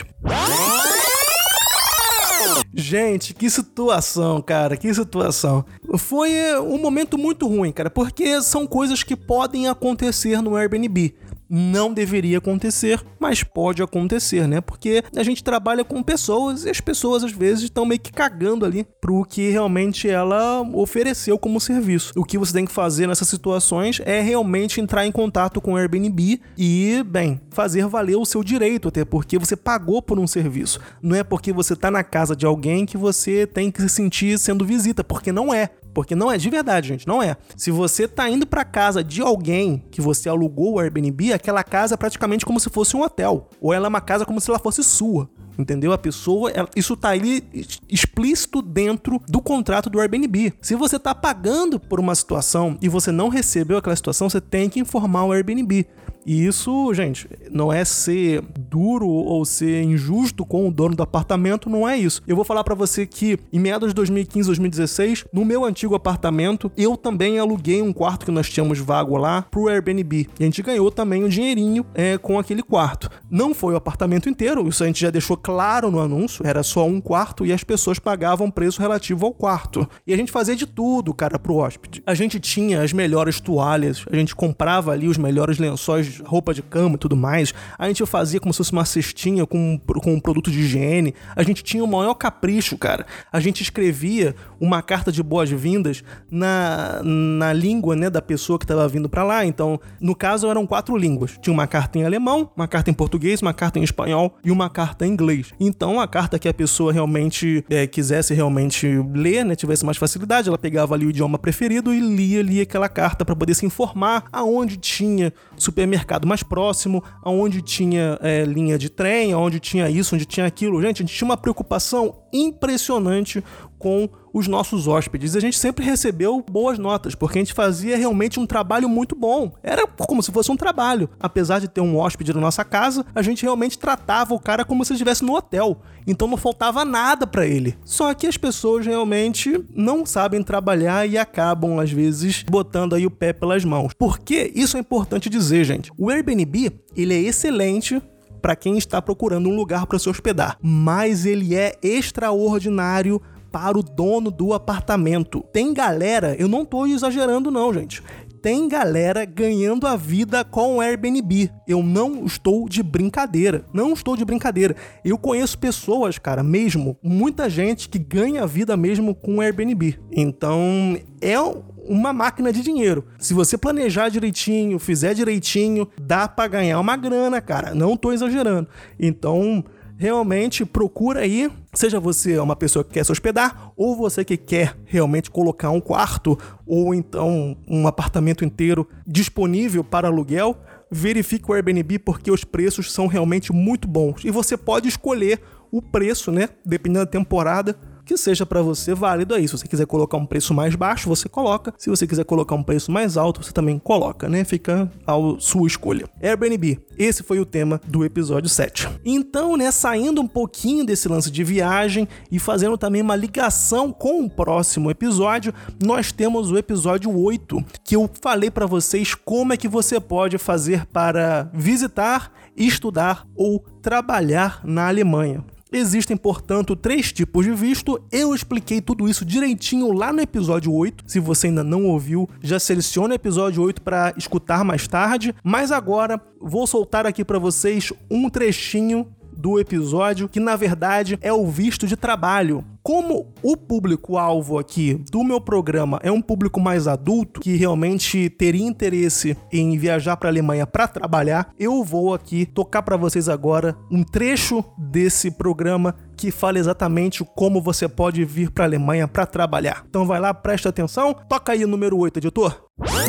Gente, que situação, cara, que situação. Foi um momento muito ruim, cara, porque são coisas que podem acontecer no Airbnb. Não deveria acontecer, mas pode acontecer, né? Porque a gente trabalha com pessoas e as pessoas às vezes estão meio que cagando ali pro que realmente ela ofereceu como serviço. O que você tem que fazer nessas situações é realmente entrar em contato com o Airbnb e, bem, fazer valer o seu direito, até porque você pagou por um serviço. Não é porque você tá na casa de alguém que você tem que se sentir sendo visita, porque não é. Porque não é, de verdade, gente, não é. Se você tá indo pra casa de alguém que você alugou o Airbnb, aquela casa é praticamente como se fosse um hotel. Ou ela é uma casa como se ela fosse sua. Entendeu? A pessoa, ela, isso tá ali explícito dentro do contrato do Airbnb. Se você tá pagando por uma situação e você não recebeu aquela situação, você tem que informar o Airbnb. E isso, gente, não é ser duro ou ser injusto com o dono do apartamento, não é isso. Eu vou falar pra você que em meados de dois mil e quinze, dois mil e dezesseis, no meu antigo apartamento, eu também aluguei um quarto que nós tínhamos vago lá pro Airbnb. E a gente ganhou também um dinheirinho é, com aquele quarto. Não foi o apartamento inteiro, isso a gente já deixou claro no anúncio, era só um quarto e as pessoas pagavam preço relativo ao quarto. E a gente fazia de tudo, cara, pro hóspede. A gente tinha as melhores toalhas, a gente comprava ali os melhores lençóis, roupa de cama e tudo mais. A gente fazia como se fosse uma cestinha com, com um produto de higiene. A gente tinha o maior capricho, cara. A gente escrevia uma carta de boas-vindas na, na língua, né, da pessoa que estava vindo pra lá. Então, no caso, eram quatro línguas. Tinha uma carta em alemão, uma carta em português, uma carta em espanhol e uma carta em inglês. Então, a carta que a pessoa realmente é, quisesse realmente ler, né, tivesse mais facilidade, ela pegava ali o idioma preferido e lia ali aquela carta para poder se informar aonde tinha supermercado mais próximo, aonde tinha é, linha de trem, aonde tinha isso, onde tinha aquilo. Gente, a gente tinha uma preocupação impressionante com os nossos hóspedes. A gente sempre recebeu boas notas, porque a gente fazia realmente um trabalho muito bom. Era como se fosse um trabalho. Apesar de ter um hóspede na nossa casa, a gente realmente tratava o cara como se estivesse no hotel. Então não faltava nada pra ele. Só que as pessoas realmente não sabem trabalhar e acabam, às vezes, botando aí o pé pelas mãos. Por que isso é importante dizer, gente? O Airbnb, ele é excelente para quem está procurando um lugar para se hospedar, mas ele é extraordinário para o dono do apartamento. Tem galera, eu não tô exagerando não, gente, tem galera ganhando a vida com o Airbnb. Eu não estou de brincadeira, não estou de brincadeira. Eu conheço pessoas, cara, mesmo, muita gente que ganha a vida mesmo com o Airbnb. Então, é uma máquina de dinheiro. Se você planejar direitinho, fizer direitinho, dá pra ganhar uma grana, cara. Não tô exagerando. Então, realmente procura aí, seja você uma pessoa que quer se hospedar ou você que quer realmente colocar um quarto ou então um apartamento inteiro disponível para aluguel, verifique o Airbnb porque os preços são realmente muito bons e você pode escolher o preço, né, dependendo da temporada, que seja para você válido aí. Se você quiser colocar um preço mais baixo, você coloca. Se você quiser colocar um preço mais alto, você também coloca, né? Fica a sua escolha. Airbnb, esse foi o tema do episódio sete. Então, né, saindo um pouquinho desse lance de viagem e fazendo também uma ligação com o próximo episódio, nós temos o episódio oito, que eu falei para vocês como é que você pode fazer para visitar, estudar ou trabalhar na Alemanha. Existem, portanto, três tipos de visto. Eu expliquei tudo isso direitinho lá no episódio oito. Se você ainda não ouviu, já seleciona o episódio oito para escutar mais tarde. Mas agora vou soltar aqui para vocês um trechinho do episódio que, na verdade, é o visto de trabalho. Como o público-alvo aqui do meu programa é um público mais adulto, que realmente teria interesse em viajar para a Alemanha para trabalhar, eu vou aqui tocar para vocês agora um trecho desse programa que fala exatamente como você pode vir para a Alemanha para trabalhar. Então vai lá, presta atenção. Toca aí o número oito, editor.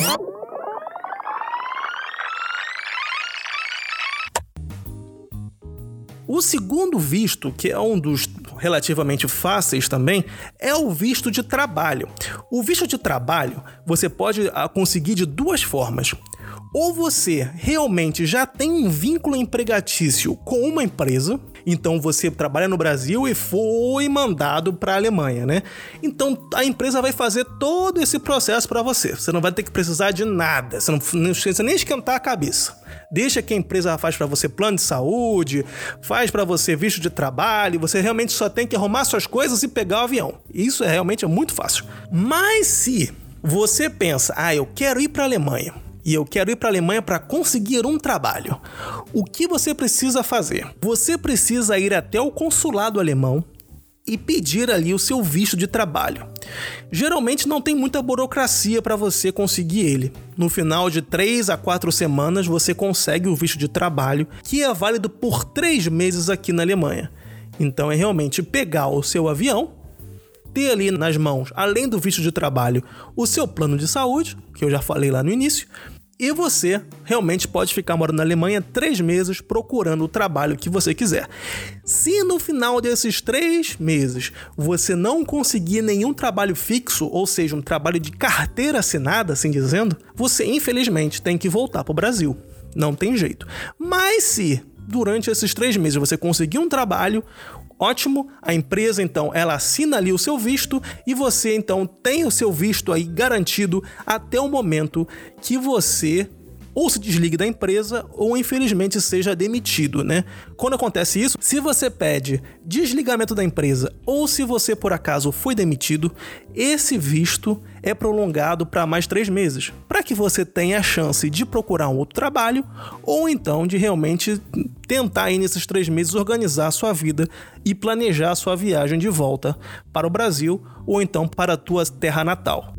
O segundo visto, que é um dos relativamente fáceis também, é o visto de trabalho. O visto de trabalho você pode conseguir de duas formas. Ou você realmente já tem um vínculo empregatício com uma empresa, então você trabalha no Brasil e foi mandado para a Alemanha, né? Então a empresa vai fazer todo esse processo para você. Você não vai ter que precisar de nada, você não, não precisa nem esquentar a cabeça. Deixa que a empresa faz para você plano de saúde, faz para você visto de trabalho, você realmente só tem que arrumar suas coisas e pegar o avião. Isso é realmente é muito fácil. Mas se você pensa, ah, eu quero ir para a Alemanha, e eu quero ir para a Alemanha para conseguir um trabalho, o que você precisa fazer? Você precisa ir até o consulado alemão e pedir ali o seu visto de trabalho. Geralmente não tem muita burocracia para você conseguir ele. No final de três a quatro semanas você consegue o visto de trabalho, que é válido por três meses aqui na Alemanha. Então é realmente pegar o seu avião, ter ali nas mãos, além do visto de trabalho, o seu plano de saúde, que eu já falei lá no início, e você realmente pode ficar morando na Alemanha três meses procurando o trabalho que você quiser. Se no final desses três meses você não conseguir nenhum trabalho fixo, ou seja, um trabalho de carteira assinada, assim dizendo, você infelizmente tem que voltar para o Brasil. Não tem jeito. Mas se durante esses três meses você conseguir um trabalho, ótimo, a empresa então ela assina ali o seu visto e você então tem o seu visto aí garantido até o momento que você ou se desligue da empresa ou infelizmente seja demitido, né? Quando acontece isso, se você pede desligamento da empresa ou se você por acaso foi demitido, esse visto é prolongado para mais três meses, para que você tenha a chance de procurar um outro trabalho ou então de realmente tentar aí nesses três meses organizar a sua vida e planejar a sua viagem de volta para o Brasil ou então para a tua terra natal.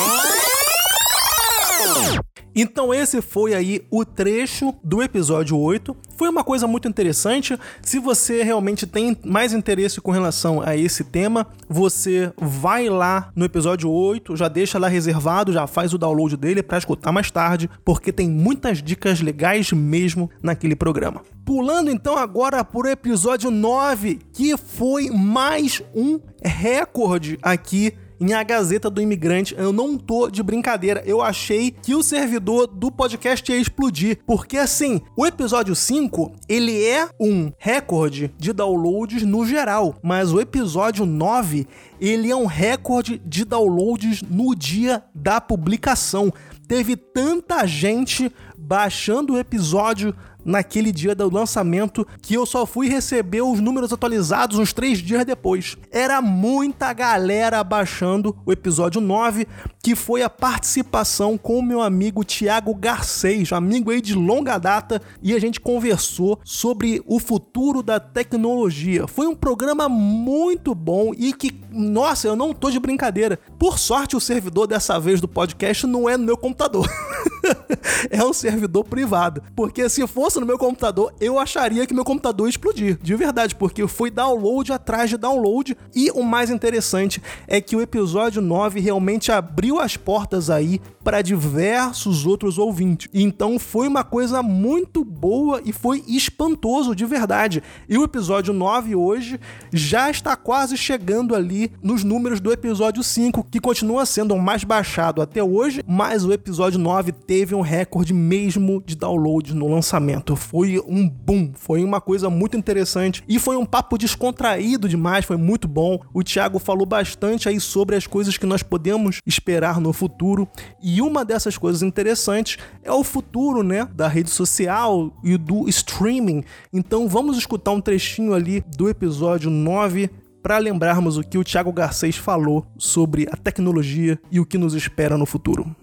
Então esse foi aí o trecho do episódio oito. Foi uma coisa muito interessante. Se você realmente tem mais interesse com relação a esse tema, você vai lá no episódio oito, já deixa lá reservado, já faz o download dele para escutar mais tarde, porque tem muitas dicas legais mesmo naquele programa. Pulando então agora para o episódio nove, que foi mais um recorde aqui em A Gazeta do Imigrante. Eu não tô de brincadeira, eu achei que o servidor do podcast ia explodir, porque assim, o episódio cinco, ele é um recorde de downloads no geral, mas o episódio nove, ele é um recorde de downloads no dia da publicação. Teve tanta gente baixando o episódio naquele dia do lançamento, que eu só fui receber os números atualizados uns três dias depois. Era muita galera baixando o episódio nove, que foi a participação com o meu amigo Thiago Garcês, amigo aí de longa data, e a gente conversou sobre o futuro da tecnologia. Foi um programa muito bom e que, nossa, eu não tô de brincadeira. Por sorte, o servidor dessa vez do podcast não é no meu computador. É um servidor privado, porque se fosse no meu computador, eu acharia que meu computador ia explodir, de verdade, porque foi download atrás de download. E o mais interessante é que o episódio nove realmente abriu as portas aí para diversos outros ouvintes. Então foi uma coisa muito boa e foi espantoso, de verdade. E o episódio nove hoje já está quase chegando ali nos números do episódio cinco, que continua sendo o mais baixado até hoje, mas o episódio nove teve um recorde mesmo de download no lançamento. Foi um boom, foi uma coisa muito interessante e foi um papo descontraído demais, foi muito bom. O Thiago falou bastante aí sobre as coisas que nós podemos esperar no futuro, e uma dessas coisas interessantes é o futuro, né, da rede social e do streaming. Então vamos escutar um trechinho ali do episódio nove para lembrarmos o que o Thiago Garcês falou sobre a tecnologia e o que nos espera no futuro.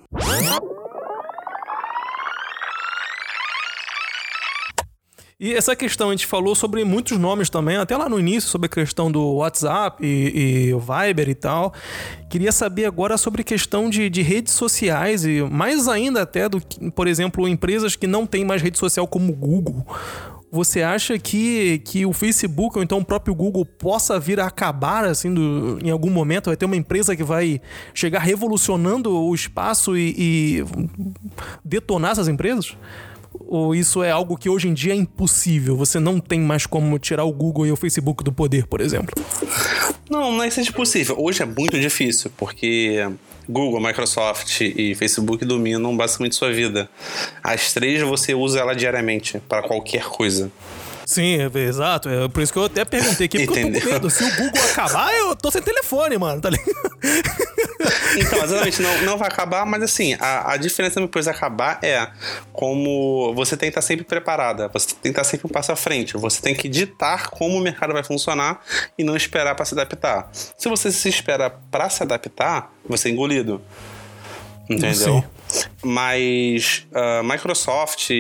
E essa questão, a gente falou sobre muitos nomes também, até lá no início, sobre a questão do WhatsApp e, e o Viber e tal. Queria saber agora sobre a questão de, de redes sociais, e mais ainda até do que, por exemplo, empresas que não têm mais rede social como o Google. Você acha que, que o Facebook ou então o próprio Google possa vir a acabar assim do, em algum momento? Vai ter uma empresa que vai chegar revolucionando o espaço e, e detonar essas empresas? Ou isso é algo que hoje em dia é impossível? Você não tem mais como tirar o Google e o Facebook do poder, por exemplo? Não, não é que seja possível. Hoje é muito difícil, porque Google, Microsoft e Facebook dominam basicamente sua vida. As três você usa ela diariamente para qualquer coisa. Sim, é, é, exato. É por isso que eu até perguntei aqui, porque Entendeu? eu tô com medo. Se o Google acabar, eu tô sem telefone, mano, tá ligado? Então, exatamente, não, não vai acabar, mas assim, a, a diferença depois de acabar é como você tem que estar sempre preparada, você tem que estar sempre um passo à frente, você tem que ditar como o mercado vai funcionar e não esperar para se adaptar. Se você se espera para se adaptar, você é engolido. Entendeu? Sim. Mas uh, Microsoft,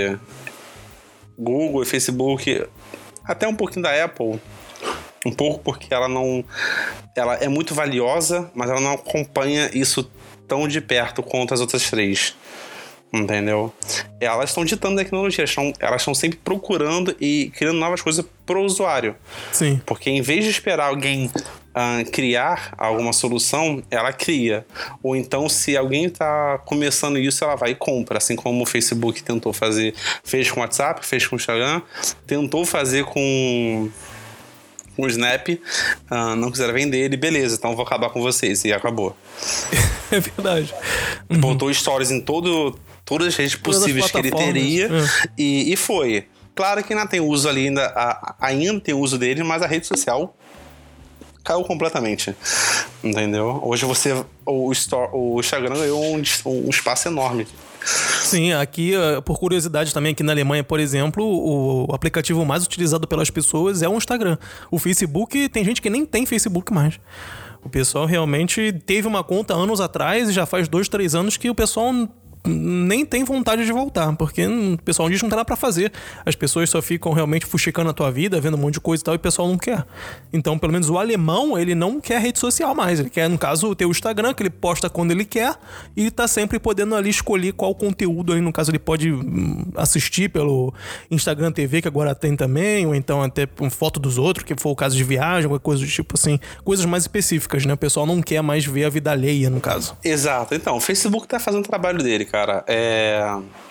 Google e Facebook, até um pouquinho da Apple, um pouco porque ela não... Ela é muito valiosa, mas ela não acompanha isso tão de perto quanto as outras três. Entendeu? Elas estão ditando tecnologia, elas estão sempre procurando e criando novas coisas para o usuário. Sim. Porque em vez de esperar alguém uh, criar alguma solução, ela cria. Ou então, se alguém está começando isso, ela vai e compra. Assim como o Facebook tentou fazer, fez com o WhatsApp, fez com o Instagram, tentou fazer com... com o Snap, uh, não quiseram vender ele, beleza, então eu vou acabar com vocês, e acabou. É verdade. Uhum. Botou stories em todo, todas as redes todas possíveis as que ele teria, uhum. e, e foi. Claro que ainda tem uso ali, ainda, a, ainda tem uso dele, mas a rede social caiu completamente, entendeu? Hoje você, o, store, o Instagram ganhou um, um espaço enorme. Sim, aqui, por curiosidade também, aqui na Alemanha, por exemplo, o aplicativo mais utilizado pelas pessoas é o Instagram. O Facebook, tem gente que nem tem Facebook mais. O pessoal realmente teve uma conta anos atrás e já faz dois, três anos que o pessoal nem tem vontade de voltar, porque o pessoal diz que não tem nada pra fazer. As pessoas só ficam realmente fuxicando a tua vida, vendo um monte de coisa e tal, e o pessoal não quer. Então, pelo menos o alemão, ele não quer rede social mais. Ele quer, no caso, ter o Instagram, que ele posta quando ele quer, e ele tá sempre podendo ali escolher qual conteúdo aí, no caso, ele pode assistir pelo Instagram T V, que agora tem também, ou então até uma foto dos outros, que for o caso de viagem, alguma coisa do tipo assim, coisas mais específicas, né? O pessoal não quer mais ver a vida alheia, no caso. Exato. Então, o Facebook tá fazendo o trabalho dele, cara. É...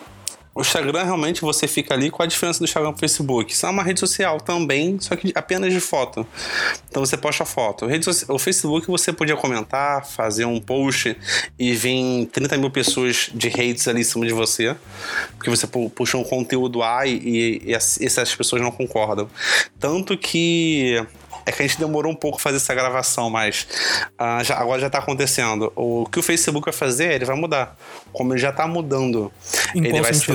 O Instagram, realmente, você fica ali. Qual a diferença do Instagram pro Facebook? Isso é uma rede social também, só que apenas de foto. Então você posta foto. O Facebook você podia comentar, fazer um post e vir trinta mil pessoas de hates ali em cima de você, porque você puxou um conteúdo A e, e essas pessoas não concordam. Tanto que... É que a gente demorou um pouco a fazer essa gravação, mas uh, já, agora já tá acontecendo. O que o Facebook vai fazer, ele vai mudar. Como ele já tá mudando. Em ele qual vai sentido? se trans...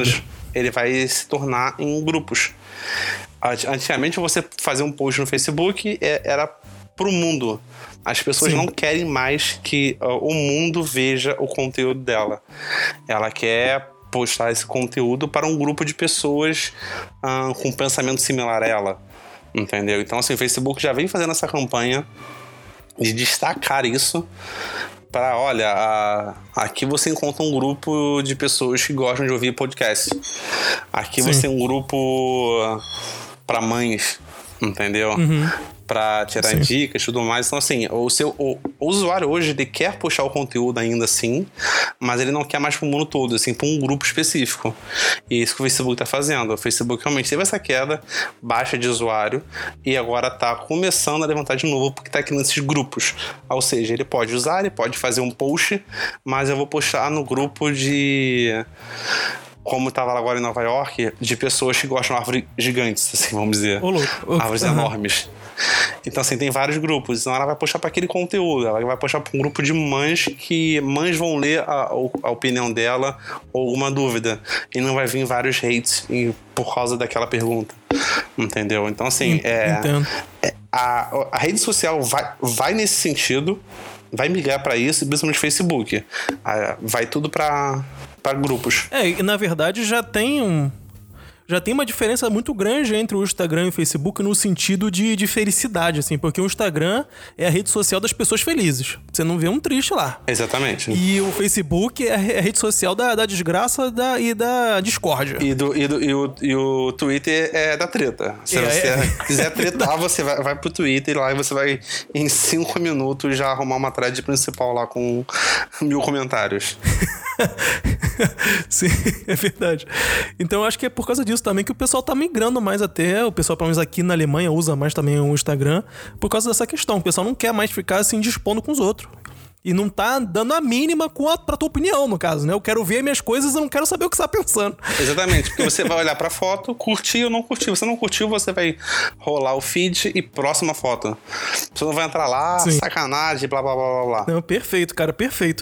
ele vai se tornar em grupos. Antigamente, você fazer um post no Facebook era pro mundo. As pessoas Sim. não querem mais que uh, o mundo veja o conteúdo dela. Ela quer postar esse conteúdo para um grupo de pessoas uh, com pensamento similar a ela. Entendeu? Então, assim, o Facebook já vem fazendo essa campanha de destacar isso para, olha, a, aqui você encontra um grupo de pessoas que gostam de ouvir podcast. Aqui Sim. você tem um grupo para mães, entendeu? Uhum. Para tirar Sim. dicas e tudo mais. Então, assim, o, seu, o, o usuário hoje, ele quer puxar o conteúdo ainda assim, mas ele não quer mais pro mundo todo, assim, para um grupo específico. E é isso que o Facebook tá fazendo. O Facebook realmente teve essa queda baixa de usuário e agora tá começando a levantar de novo porque tá criando esses grupos. Ou seja, ele pode usar, ele pode fazer um post, mas eu vou postar no grupo de... como estava agora em Nova York, de pessoas que gostam de árvores gigantes, assim, vamos dizer. Ô, louco. Árvores uhum. enormes. Então, assim, tem vários grupos. Então, ela vai puxar para aquele conteúdo. Ela vai puxar para um grupo de mães que mães vão ler a, a opinião dela ou alguma dúvida. E não vai vir vários hates por causa daquela pergunta. Entendeu? Então, assim, é, é, a, a rede social vai, vai nesse sentido, vai migrar para isso, principalmente Facebook. Vai tudo para para grupos. É, e na verdade já tem um... Já tem uma diferença muito grande entre o Instagram e o Facebook no sentido de, de felicidade, assim, porque o Instagram é a rede social das pessoas felizes. Você não vê um triste lá. Exatamente. E o Facebook é a rede social da, da desgraça da, e da discórdia. E, do, e, do, e, o, e o Twitter é da treta. Se é, você é. quiser tretar, você vai, vai pro Twitter lá e você vai, em cinco minutos, já arrumar uma thread principal lá com mil comentários. Sim, é verdade. Então eu acho que é por causa disso também que o pessoal tá migrando mais até. O pessoal, pelo menos aqui na Alemanha, usa mais também o Instagram por causa dessa questão. O pessoal não quer mais ficar assim dispondo com os outros. E não tá dando a mínima com a, pra tua opinião, no caso, né? Eu quero ver minhas coisas, eu não quero saber o que você tá pensando. Exatamente, porque você vai olhar pra foto, curtir ou não curtir. Você não curtiu, você vai rolar o feed e próxima foto. Você não vai entrar lá, Sim. sacanagem, blá, blá, blá, blá, blá. Não, perfeito, cara, perfeito.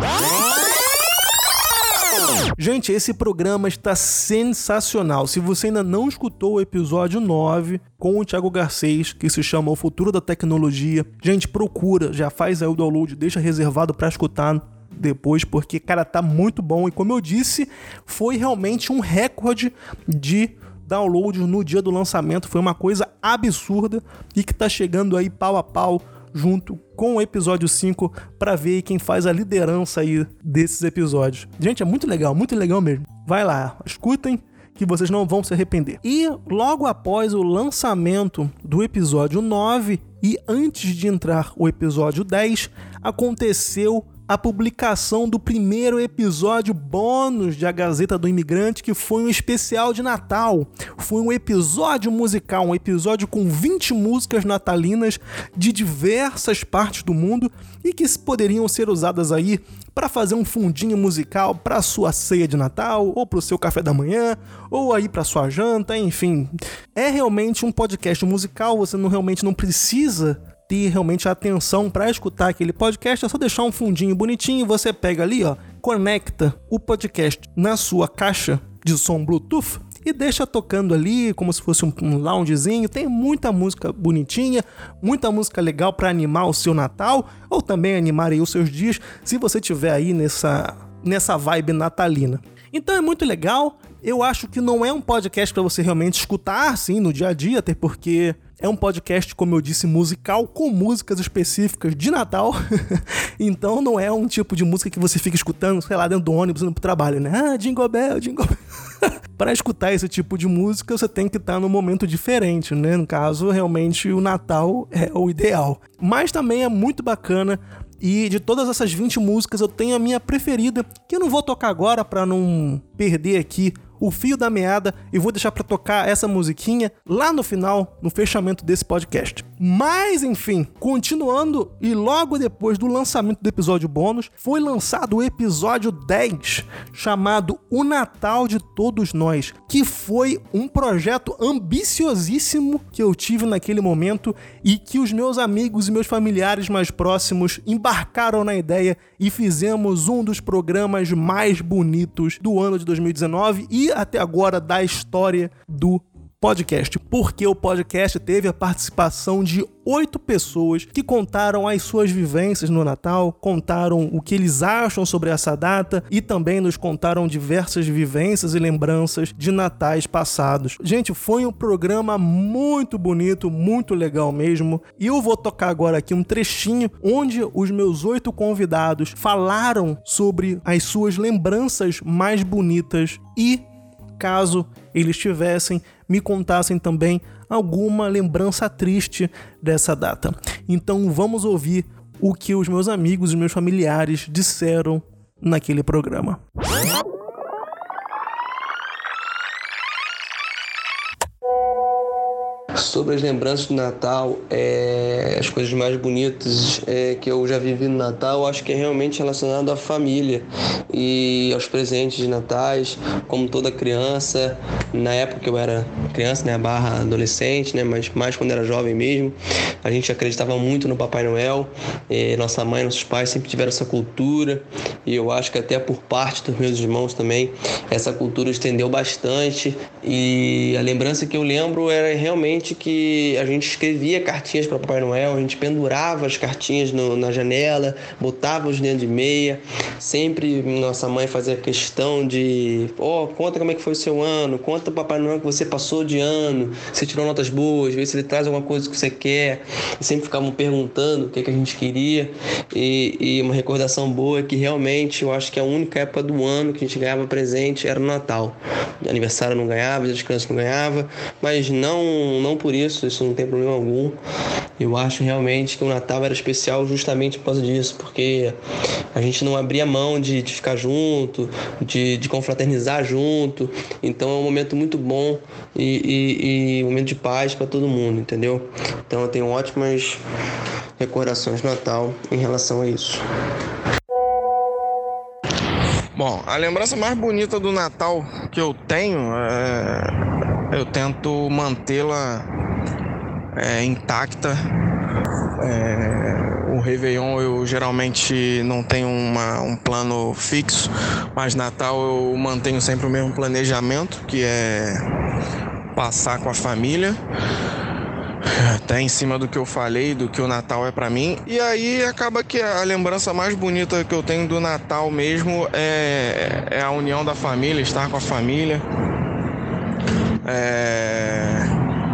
Gente, esse programa está sensacional. Se você ainda não escutou o episódio nove com o Thiago Garcês, que se chama O Futuro da Tecnologia, gente, procura, já faz aí o download, deixa reservado para escutar depois, porque, cara, tá muito bom. E como eu disse, foi realmente um recorde de downloads no dia do lançamento. Foi uma coisa absurda e que tá chegando aí pau a pau junto com o episódio cinco para ver quem faz a liderança aí desses episódios. Gente, é muito legal, muito legal mesmo. Vai lá, escutem que vocês não vão se arrepender. E logo após o lançamento do episódio nove e antes de entrar o episódio dez, aconteceu a publicação do primeiro episódio bônus de A Gazeta do Imigrante, que foi um especial de Natal. Foi um episódio musical, um episódio com vinte músicas natalinas de diversas partes do mundo e que poderiam ser usadas aí para fazer um fundinho musical para sua ceia de Natal, ou para o seu café da manhã, ou aí para sua janta, enfim. É realmente um podcast musical, você não, realmente não precisa ter realmente a atenção para escutar aquele podcast, é só deixar um fundinho bonitinho, você pega ali, ó, conecta o podcast na sua caixa de som Bluetooth e deixa tocando ali como se fosse um, um loungezinho. Tem muita música bonitinha, muita música legal para animar o seu Natal ou também animar aí os seus dias, se você tiver aí nessa, nessa vibe natalina. Então é muito legal. Eu acho que não é um podcast para você realmente escutar assim no dia a dia, até porque é um podcast, como eu disse, musical, com músicas específicas de Natal. Então não é um tipo de música que você fica escutando, sei lá, dentro do ônibus, indo pro trabalho, né? Ah, Jingle Bell, Jingle Bell. Para escutar esse tipo de música, você tem que estar num momento diferente, né? No caso, realmente, o Natal é o ideal. Mas também é muito bacana. E de todas essas vinte músicas, eu tenho a minha preferida, que eu não vou tocar agora para não perder aqui o fio da meada, e vou deixar para tocar essa musiquinha lá no final, no fechamento desse podcast. Mas, enfim, continuando e logo depois do lançamento do episódio bônus, foi lançado o episódio dez, chamado O Natal de Todos Nós, que foi um projeto ambiciosíssimo que eu tive naquele momento e que os meus amigos e meus familiares mais próximos embarcaram na ideia e fizemos um dos programas mais bonitos do ano de dois mil e dezenove e até agora da história do podcast, porque o podcast teve a participação de oito pessoas que contaram as suas vivências no Natal, contaram o que eles acham sobre essa data e também nos contaram diversas vivências e lembranças de natais passados. Gente, foi um programa muito bonito, muito legal mesmo, e eu vou tocar agora aqui um trechinho onde os meus oito convidados falaram sobre as suas lembranças mais bonitas e, caso eles tivessem, me contassem também alguma lembrança triste dessa data. Então vamos ouvir o que os meus amigos e meus familiares disseram naquele programa. Sobre as lembranças do Natal, é, as coisas mais bonitas é, que eu já vivi no Natal, acho que é realmente relacionado à família e aos presentes de natais, como toda criança, na época que eu era criança, né, barra adolescente, né, mas mais quando era jovem mesmo, a gente acreditava muito no Papai Noel, e nossa mãe, nossos pais sempre tiveram essa cultura, e eu acho que até por parte dos meus irmãos também, essa cultura estendeu bastante, e a lembrança que eu lembro era realmente que a gente escrevia cartinhas para Papai Noel, a gente pendurava as cartinhas no, na janela, botava os dentro de meia, sempre nossa mãe fazia questão de, ó, oh, conta como é que foi o seu ano, conta pro Papai Noel que você passou de ano, você tirou notas boas, vê se ele traz alguma coisa que você quer, e sempre ficavam perguntando o que, que a gente queria, e, e uma recordação boa é que realmente eu acho que a única época do ano que a gente ganhava presente era no Natal. Aniversário não ganhava, as crianças não ganhavam, mas não, não por isso, isso não tem problema algum. Eu acho realmente que o Natal era especial justamente por causa disso, porque a gente não abria mão de, de ficar junto, de, de confraternizar junto, então é um momento muito bom e, e, e um momento de paz para todo mundo, entendeu? Então eu tenho ótimas recordações do Natal em relação a isso. Bom, a lembrança mais bonita do Natal que eu tenho, é, eu tento mantê-la é, intacta. É, o Réveillon eu geralmente não tenho uma, um plano fixo, mas Natal eu mantenho sempre o mesmo planejamento, que é passar com a família. Até em cima do que eu falei, do que o Natal é pra mim. E aí acaba que a lembrança mais bonita que eu tenho do Natal mesmo é, é a união da família, estar com a família. É,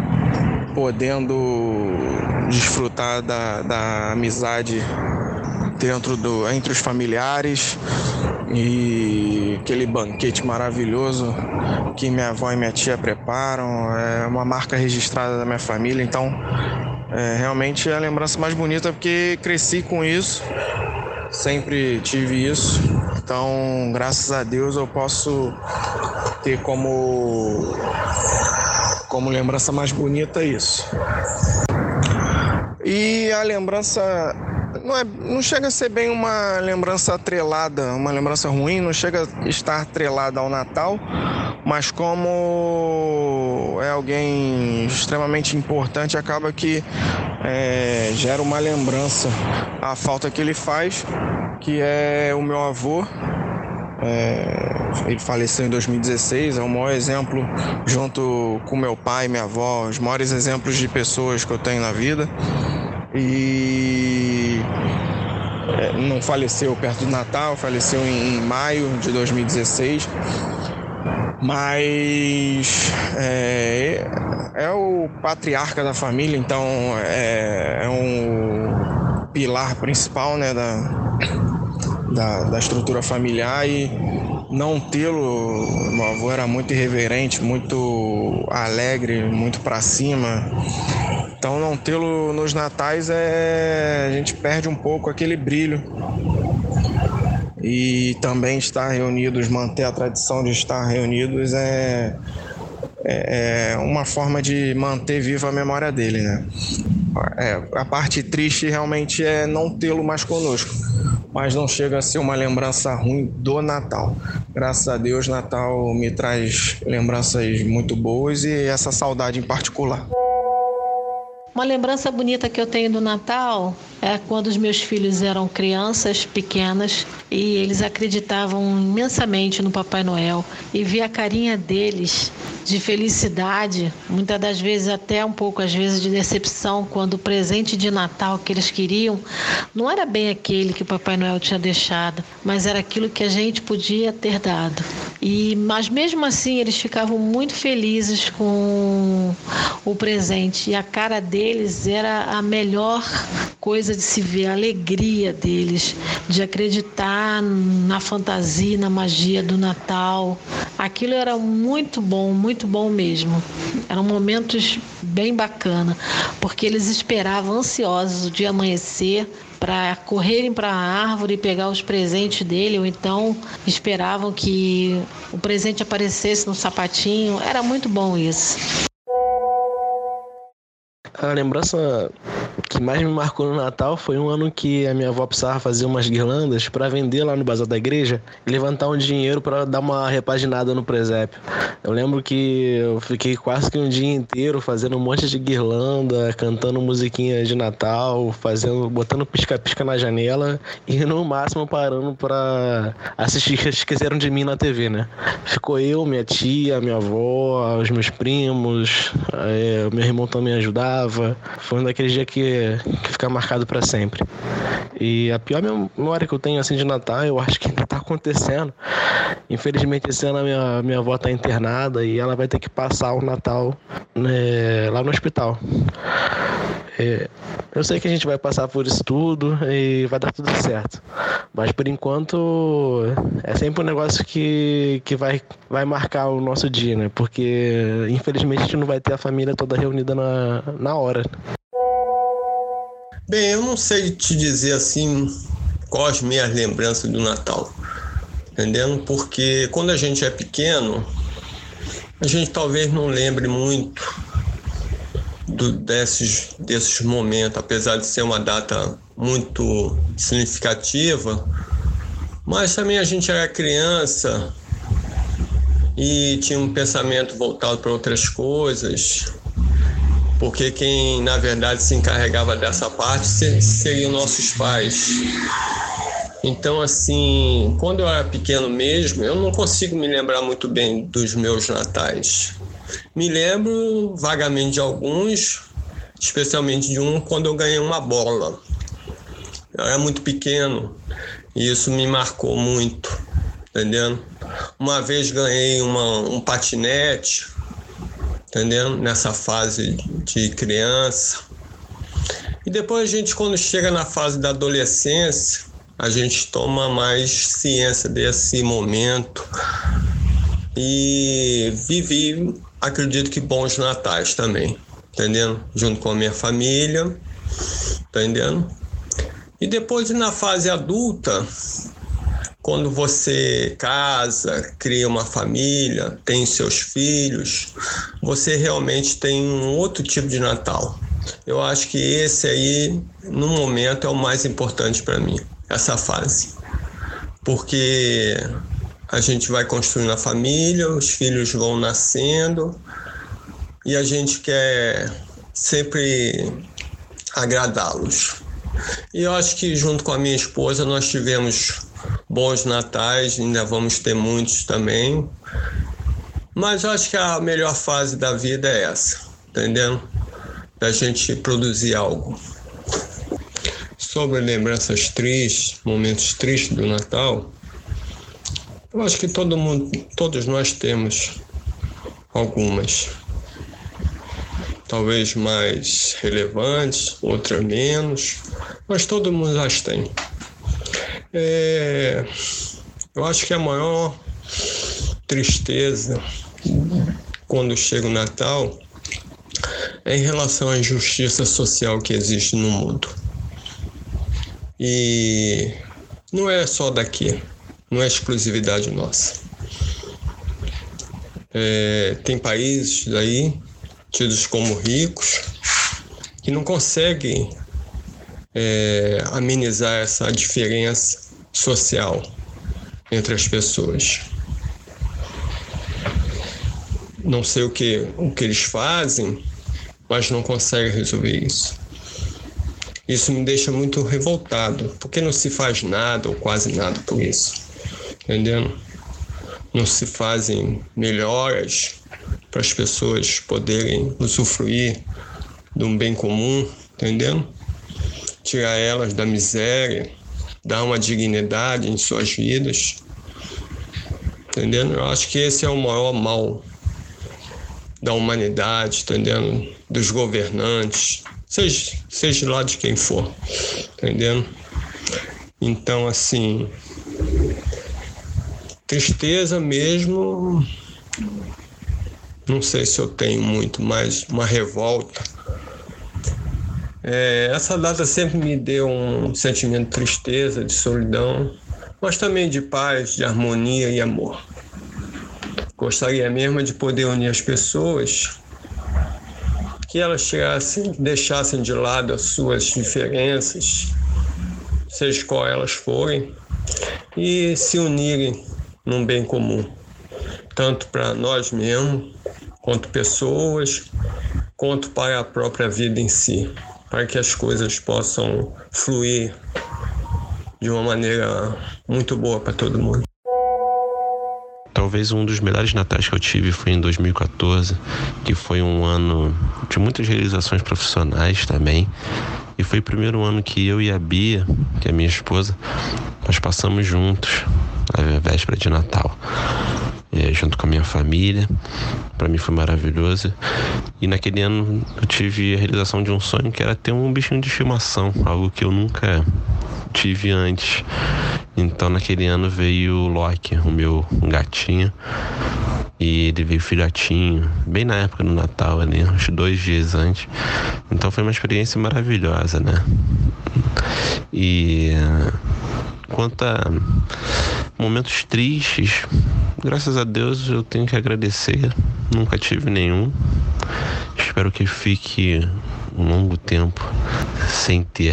podendo desfrutar da, da amizade dentro do, entre os familiares. E aquele banquete maravilhoso que minha avó e minha tia preparam, é uma marca registrada da minha família, então é realmente a lembrança mais bonita, porque cresci com isso, sempre tive isso, então graças a Deus eu posso ter como, como lembrança mais bonita isso. E a lembrança Não, é, não chega a ser bem uma lembrança atrelada, uma lembrança ruim, não chega a estar atrelada ao Natal, mas como é alguém extremamente importante, acaba que é, gera uma lembrança. A falta que ele faz, que é o meu avô. É, ele faleceu em dois mil e dezesseis, é o maior exemplo, junto com meu pai e minha avó, os maiores exemplos de pessoas que eu tenho na vida. E é, não faleceu perto do Natal, faleceu em, em maio de dois mil e dezesseis, mas é, é o patriarca da família, então é, é um pilar principal, né, da, da, da estrutura familiar, e não tê-lo, meu avô era muito irreverente, muito alegre, muito pra cima. Então não tê-lo nos natais, é... a gente perde um pouco aquele brilho. E também estar reunidos, manter a tradição de estar reunidos é, é uma forma de manter viva a memória dele, né? É, a parte triste realmente é não tê-lo mais conosco, mas não chega a ser uma lembrança ruim do Natal. Graças a Deus, Natal me traz lembranças muito boas e essa saudade em particular. Uma lembrança bonita que eu tenho do Natal é quando os meus filhos eram crianças pequenas e eles acreditavam imensamente no Papai Noel, e ver a carinha deles de felicidade, muitas das vezes até um pouco às vezes de decepção, quando o presente de Natal que eles queriam não era bem aquele que o Papai Noel tinha deixado, mas era aquilo que a gente podia ter dado. E, mas mesmo assim eles ficavam muito felizes com o presente, e a cara deles era a melhor coisa de se ver, a alegria deles, de acreditar na fantasia, na magia do Natal. Aquilo era muito bom, muito bom mesmo. Eram momentos bem bacanas, porque eles esperavam ansiosos o dia amanhecer para correrem para a árvore e pegar os presentes dele, ou então esperavam que o presente aparecesse no sapatinho. Era muito bom isso. A lembrança que mais me marcou no Natal foi um ano que a minha avó precisava fazer umas guirlandas para vender lá no bazar da igreja e levantar um dinheiro para dar uma repaginada no presépio. Eu lembro que eu fiquei quase que um dia inteiro fazendo um monte de guirlanda, cantando musiquinha de Natal, fazendo, botando pisca-pisca na janela e no máximo parando para assistir Esqueceram de Mim na T V, né? Ficou eu, minha tia, minha avó, os meus primos, é, meu irmão também ajudava. Foi um daqueles dias que, que fica marcado para sempre. E a pior memória que eu tenho assim de Natal, eu acho que ainda tá acontecendo. Infelizmente esse ano a minha, minha avó tá internada e ela vai ter que passar o Natal, né, lá no hospital. É, eu sei que a gente vai passar por isso tudo e vai dar tudo certo. Mas por enquanto é sempre um negócio que, que vai, vai marcar o nosso dia, né? Porque infelizmente a gente não vai ter a família toda reunida na, na hora. Bem, eu não sei te dizer assim quais as minhas lembranças do Natal, entendendo? Porque quando a gente é pequeno, a gente talvez não lembre muito do, desses, desses momentos, apesar de ser uma data muito significativa, mas também a gente era criança e tinha um pensamento voltado para outras coisas, porque quem na verdade se encarregava dessa parte seriam nossos pais. Então, assim, quando eu era pequeno mesmo, eu não consigo me lembrar muito bem dos meus natais. Me lembro vagamente de alguns, especialmente de um quando eu ganhei uma bola. Eu era muito pequeno e isso me marcou muito, entendendo? Uma vez ganhei uma, um patinete, entendendo? Nessa fase de criança. E depois a gente, quando chega na fase da adolescência, a gente toma mais ciência desse momento e vivi, acredito que bons natais também, entendendo? Junto com a minha família, entendendo? E depois na fase adulta, quando você casa, cria uma família, tem seus filhos, você realmente tem um outro tipo de Natal. Eu acho que esse aí, no momento, é o mais importante para mim, essa fase. Porque a gente vai construindo a família, os filhos vão nascendo e a gente quer sempre agradá-los. E eu acho que junto com a minha esposa nós tivemos bons natais, ainda vamos ter muitos também. Mas eu acho que a melhor fase da vida é essa, entendeu? Da gente produzir algo. Sobre lembranças tristes, momentos tristes do Natal, eu acho que todo mundo, todos nós temos algumas. Talvez mais relevantes, outras menos, mas todo mundo as tem. É, eu acho que a maior tristeza quando chega o Natal é em relação à injustiça social que existe no mundo. E não é só daqui, não é exclusividade nossa. É, tem países aí tidos como ricos que não conseguem é, amenizar essa diferença social entre as pessoas. Não sei o que, o que eles fazem, mas não conseguem resolver isso. Isso me deixa muito revoltado, porque não se faz nada ou quase nada por isso, entendendo? Não se fazem melhoras para as pessoas poderem usufruir de um bem comum, entendendo? Tirar elas da miséria, dar uma dignidade em suas vidas, entendendo? Eu acho que esse é o maior mal da humanidade, entendendo? Dos governantes, seja, seja lá de quem for, entendendo? Então, assim, tristeza mesmo, não sei se eu tenho muito, mas uma revolta. É, essa data sempre me deu um sentimento de tristeza, de solidão, mas também de paz, de harmonia e amor. Gostaria mesmo de poder unir as pessoas, que elas tirassem, deixassem de lado as suas diferenças, seja qual elas forem, e se unirem num bem comum, tanto para nós mesmos, quanto pessoas, quanto para a própria vida em si, para que as coisas possam fluir de uma maneira muito boa para todo mundo. Talvez um dos melhores natais que eu tive foi em dois mil e quatorze, que foi um ano de muitas realizações profissionais também. E foi o primeiro ano que eu e a Bia, que é minha esposa, nós passamos juntos a véspera de Natal, é, junto com a minha família. Para mim foi maravilhoso. E naquele ano eu tive a realização de um sonho, que era ter um bichinho de estimação, algo que eu nunca tive antes. Então naquele ano veio o Loki, o meu gatinho, e ele veio filhotinho, bem na época do Natal ali, uns dois dias antes. Então foi uma experiência maravilhosa, né? E quanto a momentos tristes, graças a Deus eu tenho que agradecer, nunca tive nenhum. Espero que fique um longo tempo sem ter.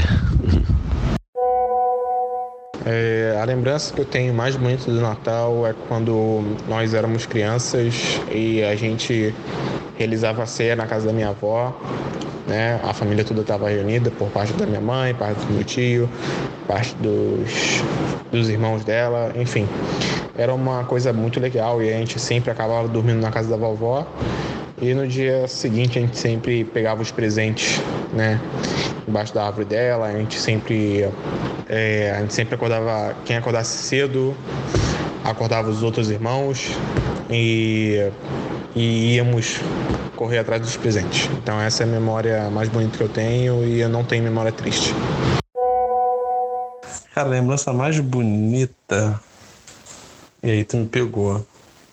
É, a lembrança que eu tenho mais bonita do Natal é quando nós éramos crianças e a gente realizava a ceia na casa da minha avó, né? A família toda estava reunida por parte da minha mãe, parte do meu tio, parte dos, dos irmãos dela, enfim. Era uma coisa muito legal e a gente sempre acabava dormindo na casa da vovó. E no dia seguinte a gente sempre pegava os presentes, né, embaixo da árvore dela. A gente sempre, é, a gente sempre acordava, quem acordasse cedo, acordava os outros irmãos e, e íamos correr atrás dos presentes. Então essa é a memória mais bonita que eu tenho e eu não tenho memória triste. Cara, a lembrança mais bonita... E aí tu me pegou.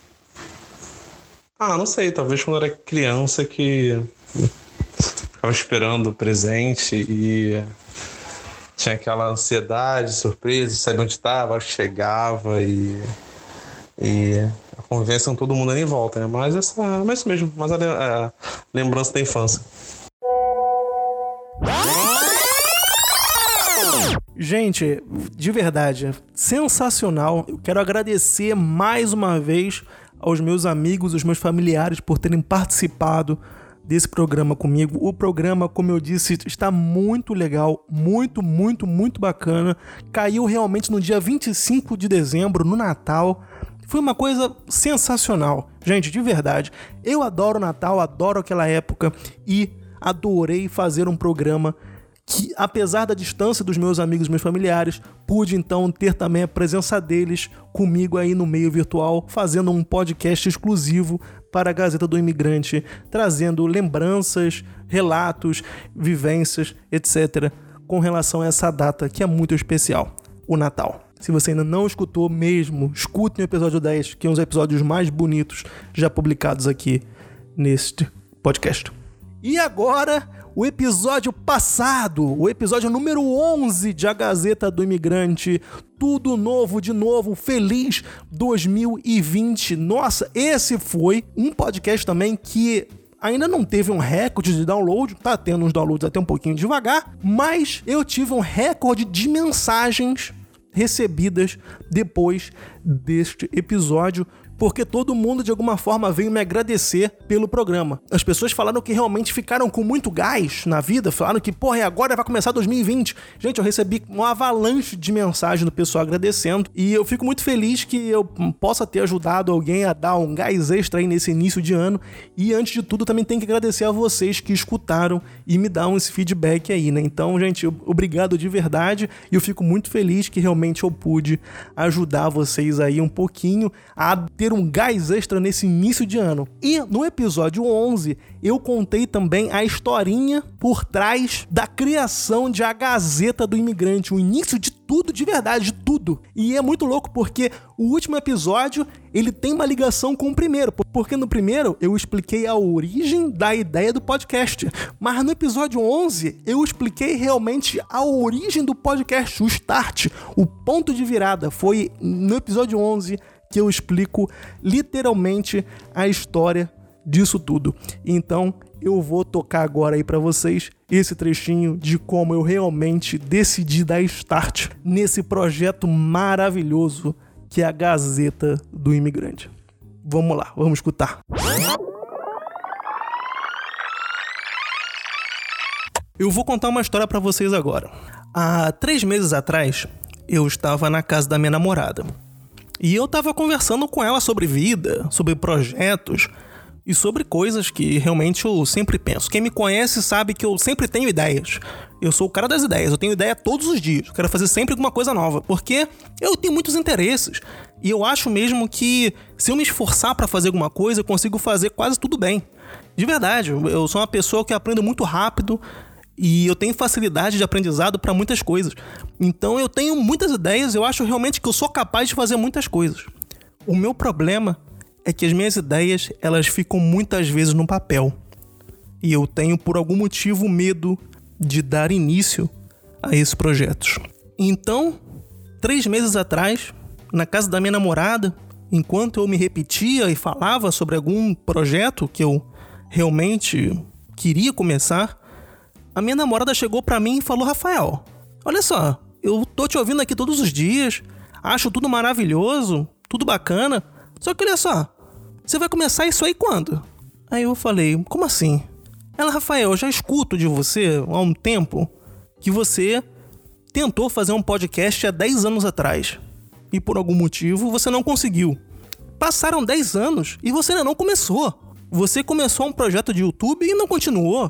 Ah, não sei, talvez quando eu era criança que ficava esperando o presente e tinha aquela ansiedade, surpresa, sabia onde estava, chegava e, e a convivência com todo mundo ali em volta, né? Mas essa, mas isso mesmo, mas a, a lembrança da infância. Gente, de verdade, sensacional. Eu quero agradecer mais uma vez aos meus amigos, aos meus familiares por terem participado desse programa comigo. O programa, como eu disse, está muito legal, muito, muito, muito bacana. Caiu realmente no dia vinte e cinco de dezembro, no Natal. Foi uma coisa sensacional. Gente, de verdade, eu adoro o Natal, adoro aquela época e adorei fazer um programa que, apesar da distância dos meus amigos e meus familiares, pude então ter também a presença deles comigo aí no meio virtual, fazendo um podcast exclusivo para a Gazeta do Imigrante, trazendo lembranças, relatos, vivências, etcétera, com relação a essa data que é muito especial, o Natal. Se você ainda não escutou mesmo, escute o episódio dez, que é um dos episódios mais bonitos já publicados aqui neste podcast. E agora, o episódio passado, o episódio número onze de A Gazeta do Imigrante, tudo novo de novo, feliz dois mil e vinte. Nossa, esse foi um podcast também que ainda não teve um recorde de download, tá tendo uns downloads até um pouquinho devagar, mas eu tive um recorde de mensagens recebidas depois deste episódio, porque todo mundo de alguma forma veio me agradecer pelo programa. As pessoas falaram que realmente ficaram com muito gás na vida, falaram que, porra, agora vai começar dois mil e vinte. Gente, eu recebi uma avalanche de mensagens do pessoal agradecendo, e eu fico muito feliz que eu possa ter ajudado alguém a dar um gás extra aí nesse início de ano. E antes de tudo, também tenho que agradecer a vocês que escutaram e me dão esse feedback aí, né? Então, gente, obrigado de verdade, e eu fico muito feliz que realmente eu pude ajudar vocês aí um pouquinho a ter um gás extra nesse início de ano. E no episódio onze, eu contei também a historinha por trás da criação de A Gazeta do Imigrante, o início de tudo, de verdade, de tudo. E é muito louco porque o último episódio, ele tem uma ligação com o primeiro, porque no primeiro eu expliquei a origem da ideia do podcast, mas no episódio onze eu expliquei realmente a origem do podcast, o start, o ponto de virada. Foi no episódio onze que eu explico literalmente a história disso tudo. Então, eu vou tocar agora aí pra vocês esse trechinho de como eu realmente decidi dar start nesse projeto maravilhoso que é a Gazeta do Imigrante. Vamos lá, vamos escutar. Eu vou contar uma história pra vocês agora. Há três meses atrás, eu estava na casa da minha namorada. E eu tava conversando com ela sobre vida, sobre projetos e sobre coisas que realmente eu sempre penso. Quem me conhece sabe que eu sempre tenho ideias. Eu sou o cara das ideias, eu tenho ideia todos os dias. Eu quero fazer sempre alguma coisa nova, porque eu tenho muitos interesses. E eu acho mesmo que se eu me esforçar pra fazer alguma coisa, eu consigo fazer quase tudo bem. De verdade, eu sou uma pessoa que aprende muito rápido e eu tenho facilidade de aprendizado para muitas coisas. Então eu tenho muitas ideias, eu acho realmente que eu sou capaz de fazer muitas coisas. O meu problema é que as minhas ideias, elas ficam muitas vezes no papel. E eu tenho, por algum motivo, medo de dar início a esses projetos. Então, três meses atrás, na casa da minha namorada, enquanto eu me repetia e falava sobre algum projeto que eu realmente queria começar, a minha namorada chegou pra mim e falou: Rafael, olha só, eu tô te ouvindo aqui todos os dias, acho tudo maravilhoso, tudo bacana, só que olha só, você vai começar isso aí quando? Aí eu falei: como assim? Ela: Rafael, eu já escuto de você há um tempo que você tentou fazer um podcast há dez anos atrás e por algum motivo você não conseguiu. Passaram dez anos e você ainda não começou. Você começou um projeto de YouTube e não continuou.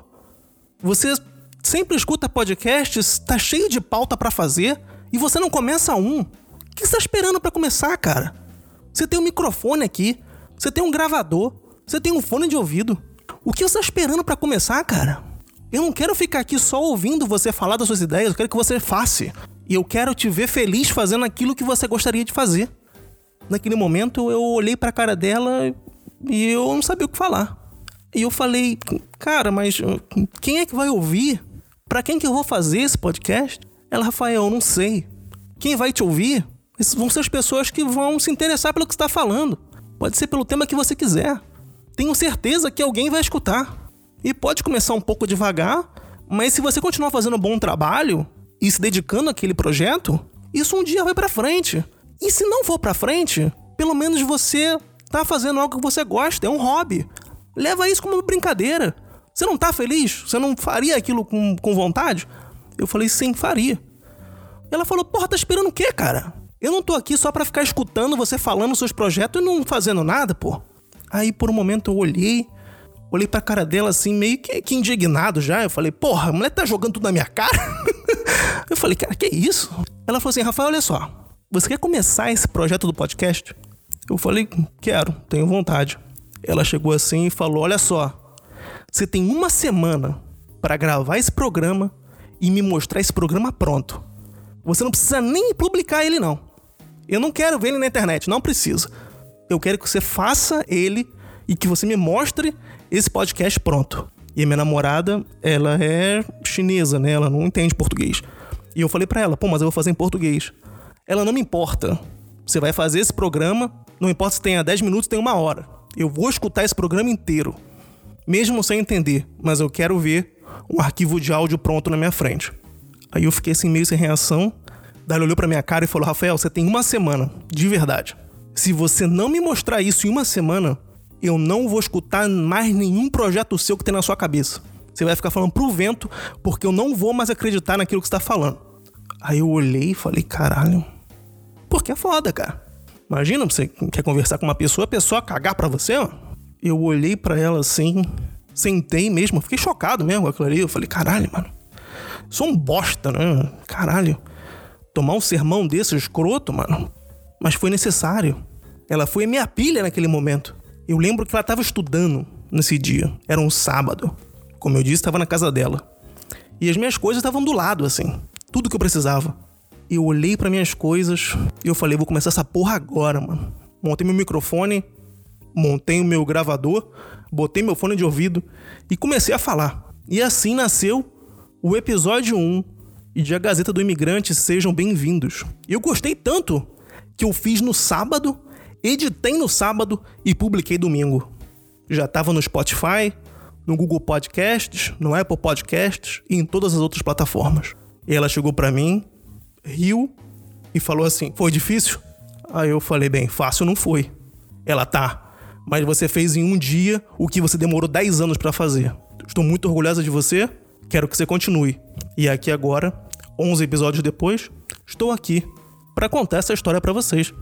Você sempre escuta podcasts, tá cheio de pauta pra fazer e você não começa um. O que você tá esperando pra começar, cara? Você tem um microfone aqui, você tem um gravador, você tem um fone de ouvido. O que você tá esperando pra começar, cara? Eu não quero ficar aqui só ouvindo você falar das suas ideias, eu quero que você faça. E eu quero te ver feliz fazendo aquilo que você gostaria de fazer. Naquele momento eu olhei pra cara dela e eu não sabia o que falar. E eu falei: cara, mas quem é que vai ouvir? Pra quem que eu vou fazer esse podcast? Ela: Rafael, eu não sei. Quem vai te ouvir vão ser as pessoas que vão se interessar pelo que você está falando. Pode ser pelo tema que você quiser. Tenho certeza que alguém vai escutar. E pode começar um pouco devagar, mas se você continuar fazendo um bom trabalho e se dedicando àquele projeto, isso um dia vai pra frente. E se não for pra frente, pelo menos você tá fazendo algo que você gosta, é um hobby. Leva isso como uma brincadeira. Você não tá feliz? Você não faria aquilo com, com vontade? Eu falei: sim, faria. Ela falou: porra, tá esperando o quê, cara? Eu não tô aqui só pra ficar escutando você falando seus projetos e não fazendo nada, pô. Aí por um momento eu olhei, olhei pra cara dela assim, meio que, que indignado já. Eu falei: porra, a mulher tá jogando tudo na minha cara? Eu falei: cara, que isso? Ela falou assim: Rafael, olha só, você quer começar esse projeto do podcast? Eu falei: quero, tenho vontade. Ela chegou assim e falou: olha só, você tem uma semana pra gravar esse programa e me mostrar esse programa pronto. Você não precisa nem publicar ele, não. Eu não quero ver ele na internet, não precisa. Eu quero que você faça ele e que você me mostre esse podcast pronto. E a minha namorada, ela é chinesa, né? Ela não entende português. E eu falei pra ela: pô, mas eu vou fazer em português. Ela: não me importa. Você vai fazer esse programa, não importa se tenha dez minutos, tem uma hora. Eu vou escutar esse programa inteiro. mesmo sem entender, mas eu quero ver um arquivo de áudio pronto na minha frente. Aí eu fiquei assim meio sem reação. Daí ele olhou pra minha cara e falou: Rafael, você tem uma semana, de verdade. Se você não me mostrar isso em uma semana, eu não vou escutar mais nenhum projeto seu que tem na sua cabeça. Você vai ficar falando pro vento, porque eu não vou mais acreditar naquilo que você tá falando. Aí eu olhei e falei: caralho, porque é foda, cara. Imagina, você quer conversar com uma pessoa, a pessoa cagar pra você, ó. Eu olhei pra ela assim, sentei mesmo, fiquei chocado mesmo com aquilo ali. Eu falei: caralho, mano, sou um bosta, né? Caralho, tomar um sermão desse escroto, mano. Mas foi necessário. Ela foi a minha pilha naquele momento. Eu lembro que ela tava estudando nesse dia. Era um sábado. Como eu disse, estava na casa dela. E as minhas coisas estavam do lado, assim. Tudo que eu precisava. Eu olhei para minhas coisas e eu falei: vou começar essa porra agora, mano. Montei meu microfone, montei o meu gravador, botei meu fone de ouvido e comecei a falar. E assim nasceu o episódio um de A Gazeta do Imigrante. Sejam bem-vindos. Eu gostei tanto que eu fiz no sábado, editei no sábado e publiquei domingo. Já tava no Spotify, no Google Podcasts, no Apple Podcasts e em todas as outras plataformas. E ela chegou pra mim, riu e falou assim: foi difícil? Aí eu falei: bem, fácil não foi. Ela: tá, mas você fez em um dia o que você demorou dez anos pra fazer. Estou muito orgulhosa de você, quero que você continue. E aqui agora, onze episódios depois, estou aqui pra contar essa história pra vocês.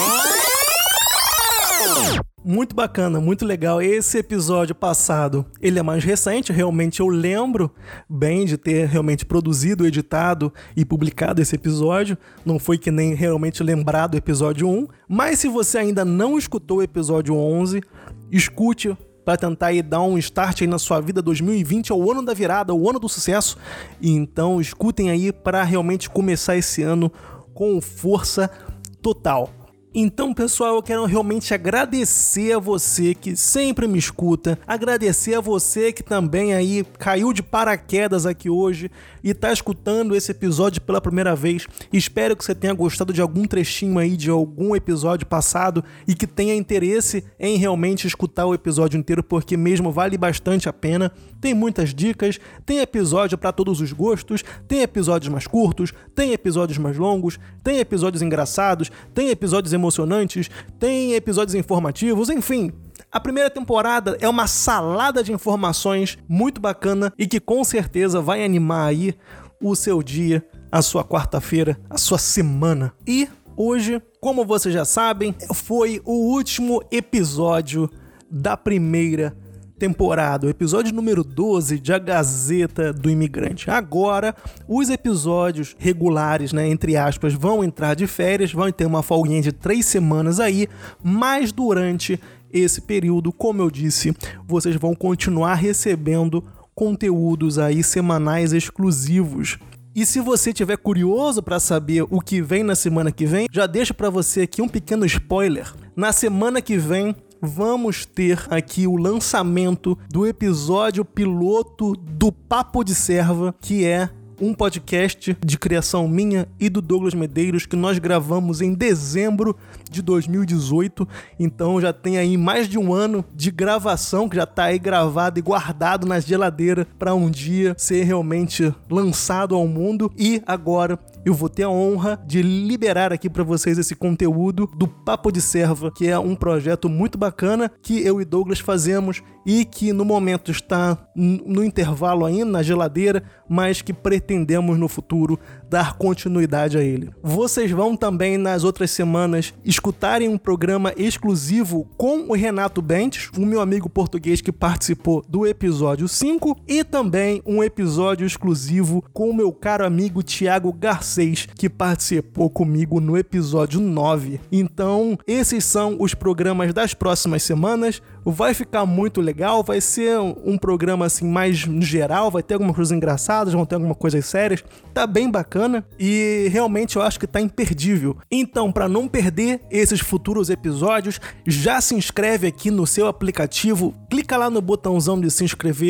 Muito bacana, muito legal. Esse episódio passado, ele é mais recente, realmente eu lembro bem de ter realmente produzido, editado e publicado esse episódio. Não foi que nem realmente lembrar do episódio um, mas se você ainda não escutou o episódio onze, escute para tentar aí dar um start aí na sua vida. Dois mil e vinte é o ano da virada, o ano do sucesso. E então escutem aí para realmente começar esse ano com força total. Então, pessoal, eu quero realmente agradecer a você que sempre me escuta, agradecer a você que também aí caiu de paraquedas aqui hoje e tá escutando esse episódio pela primeira vez. Espero que você tenha gostado de algum trechinho aí de algum episódio passado e que tenha interesse em realmente escutar o episódio inteiro, porque mesmo vale bastante a pena. Tem muitas dicas, tem episódio para todos os gostos, tem episódios mais curtos, tem episódios mais longos, tem episódios engraçados, tem episódios emocionantes, emocionantes, tem episódios informativos, enfim. A primeira temporada é uma salada de informações muito bacana e que com certeza vai animar aí o seu dia, a sua quarta-feira, a sua semana. E hoje, como vocês já sabem, foi o último episódio da primeira temporada, o episódio número doze de A Gazeta do Imigrante. Agora, os episódios regulares, né, entre aspas, vão entrar de férias, vão ter uma folguinha de três semanas aí, mas durante esse período, como eu disse, vocês vão continuar recebendo conteúdos aí semanais exclusivos. E se você estiver curioso para saber o que vem na semana que vem, já deixo para você aqui um pequeno spoiler. Na semana que vem, vamos ter aqui o lançamento do episódio piloto do Papo de Serva, que é um podcast de criação minha e do Douglas Medeiros, que nós gravamos em dezembro de dois mil e dezoito. Então já tem aí mais de um ano de gravação, que já tá aí gravado e guardado na geladeira para um dia ser realmente lançado ao mundo. E agora eu vou ter a honra de liberar aqui para vocês esse conteúdo do Papo de Serva, que é um projeto muito bacana que eu e Douglas fazemos e que no momento está no intervalo ainda, na geladeira, mas que pretendemos no futuro dar continuidade a ele. Vocês vão também nas outras semanas escutarem um programa exclusivo com o Renato Bentes, o meu amigo português que participou do episódio cinco, e também um episódio exclusivo com o meu caro amigo Thiago Garcês, que participou comigo no episódio nove. Então, esses são os programas das próximas semanas. Vai ficar muito legal, vai ser um programa assim mais geral, vai ter algumas coisas engraçadas, vão ter algumas coisas sérias, tá bem bacana e realmente eu acho que tá imperdível. Então, para não perder esses futuros episódios, já se inscreve aqui no seu aplicativo, clica lá no botãozão de se inscrever,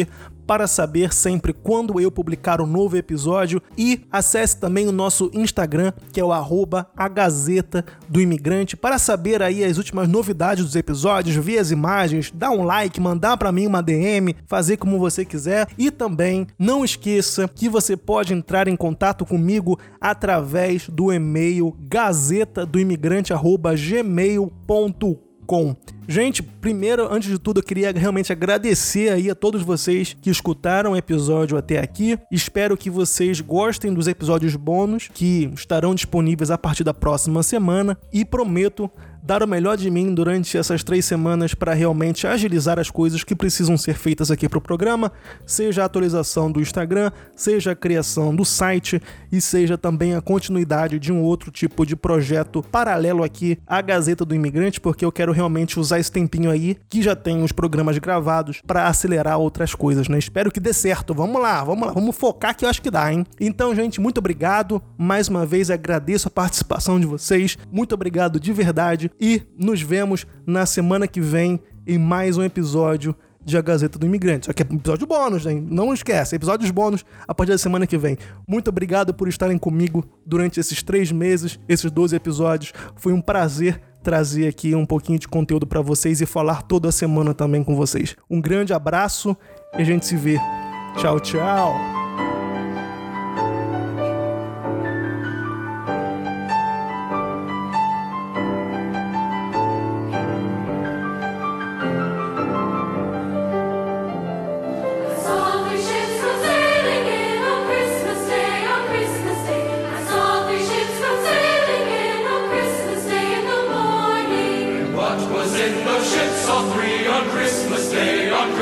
para saber sempre quando eu publicar um novo episódio, e acesse também o nosso Instagram, que é o arroba a Gazeta do Imigrante, para saber aí as últimas novidades dos episódios, ver as imagens, dar um like, mandar para mim uma D M, fazer como você quiser. E também não esqueça que você pode entrar em contato comigo através do e-mail gazeta do imigrante arroba gmail ponto com. Gente, primeiro, antes de tudo, eu queria realmente agradecer aí a todos vocês que escutaram o episódio até aqui. Espero que vocês gostem dos episódios bônus que estarão disponíveis a partir da próxima semana, e prometo dar o melhor de mim durante essas três semanas para realmente agilizar as coisas que precisam ser feitas aqui para o programa, seja a atualização do Instagram, seja a criação do site e seja também a continuidade de um outro tipo de projeto paralelo aqui à Gazeta do Imigrante, porque eu quero realmente usar esse tempinho aí, que já tem os programas gravados, para acelerar outras coisas, né? Espero que dê certo. Vamos lá, vamos lá, vamos focar que eu acho que dá, hein? Então, gente, muito obrigado. Mais uma vez agradeço a participação de vocês. Muito obrigado de verdade. E nos vemos na semana que vem em mais um episódio de A Gazeta do Imigrante. Só que é um episódio bônus, hein? Não esquece, episódios bônus a partir da semana que vem. Muito obrigado por estarem comigo durante esses três meses, esses doze episódios. Foi um prazer trazer aqui um pouquinho de conteúdo para vocês e falar toda semana também com vocês. Um grande abraço e a gente se vê. Tchau, tchau!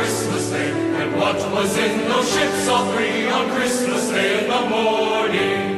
What was in those ships all three on Christmas Day in the morning?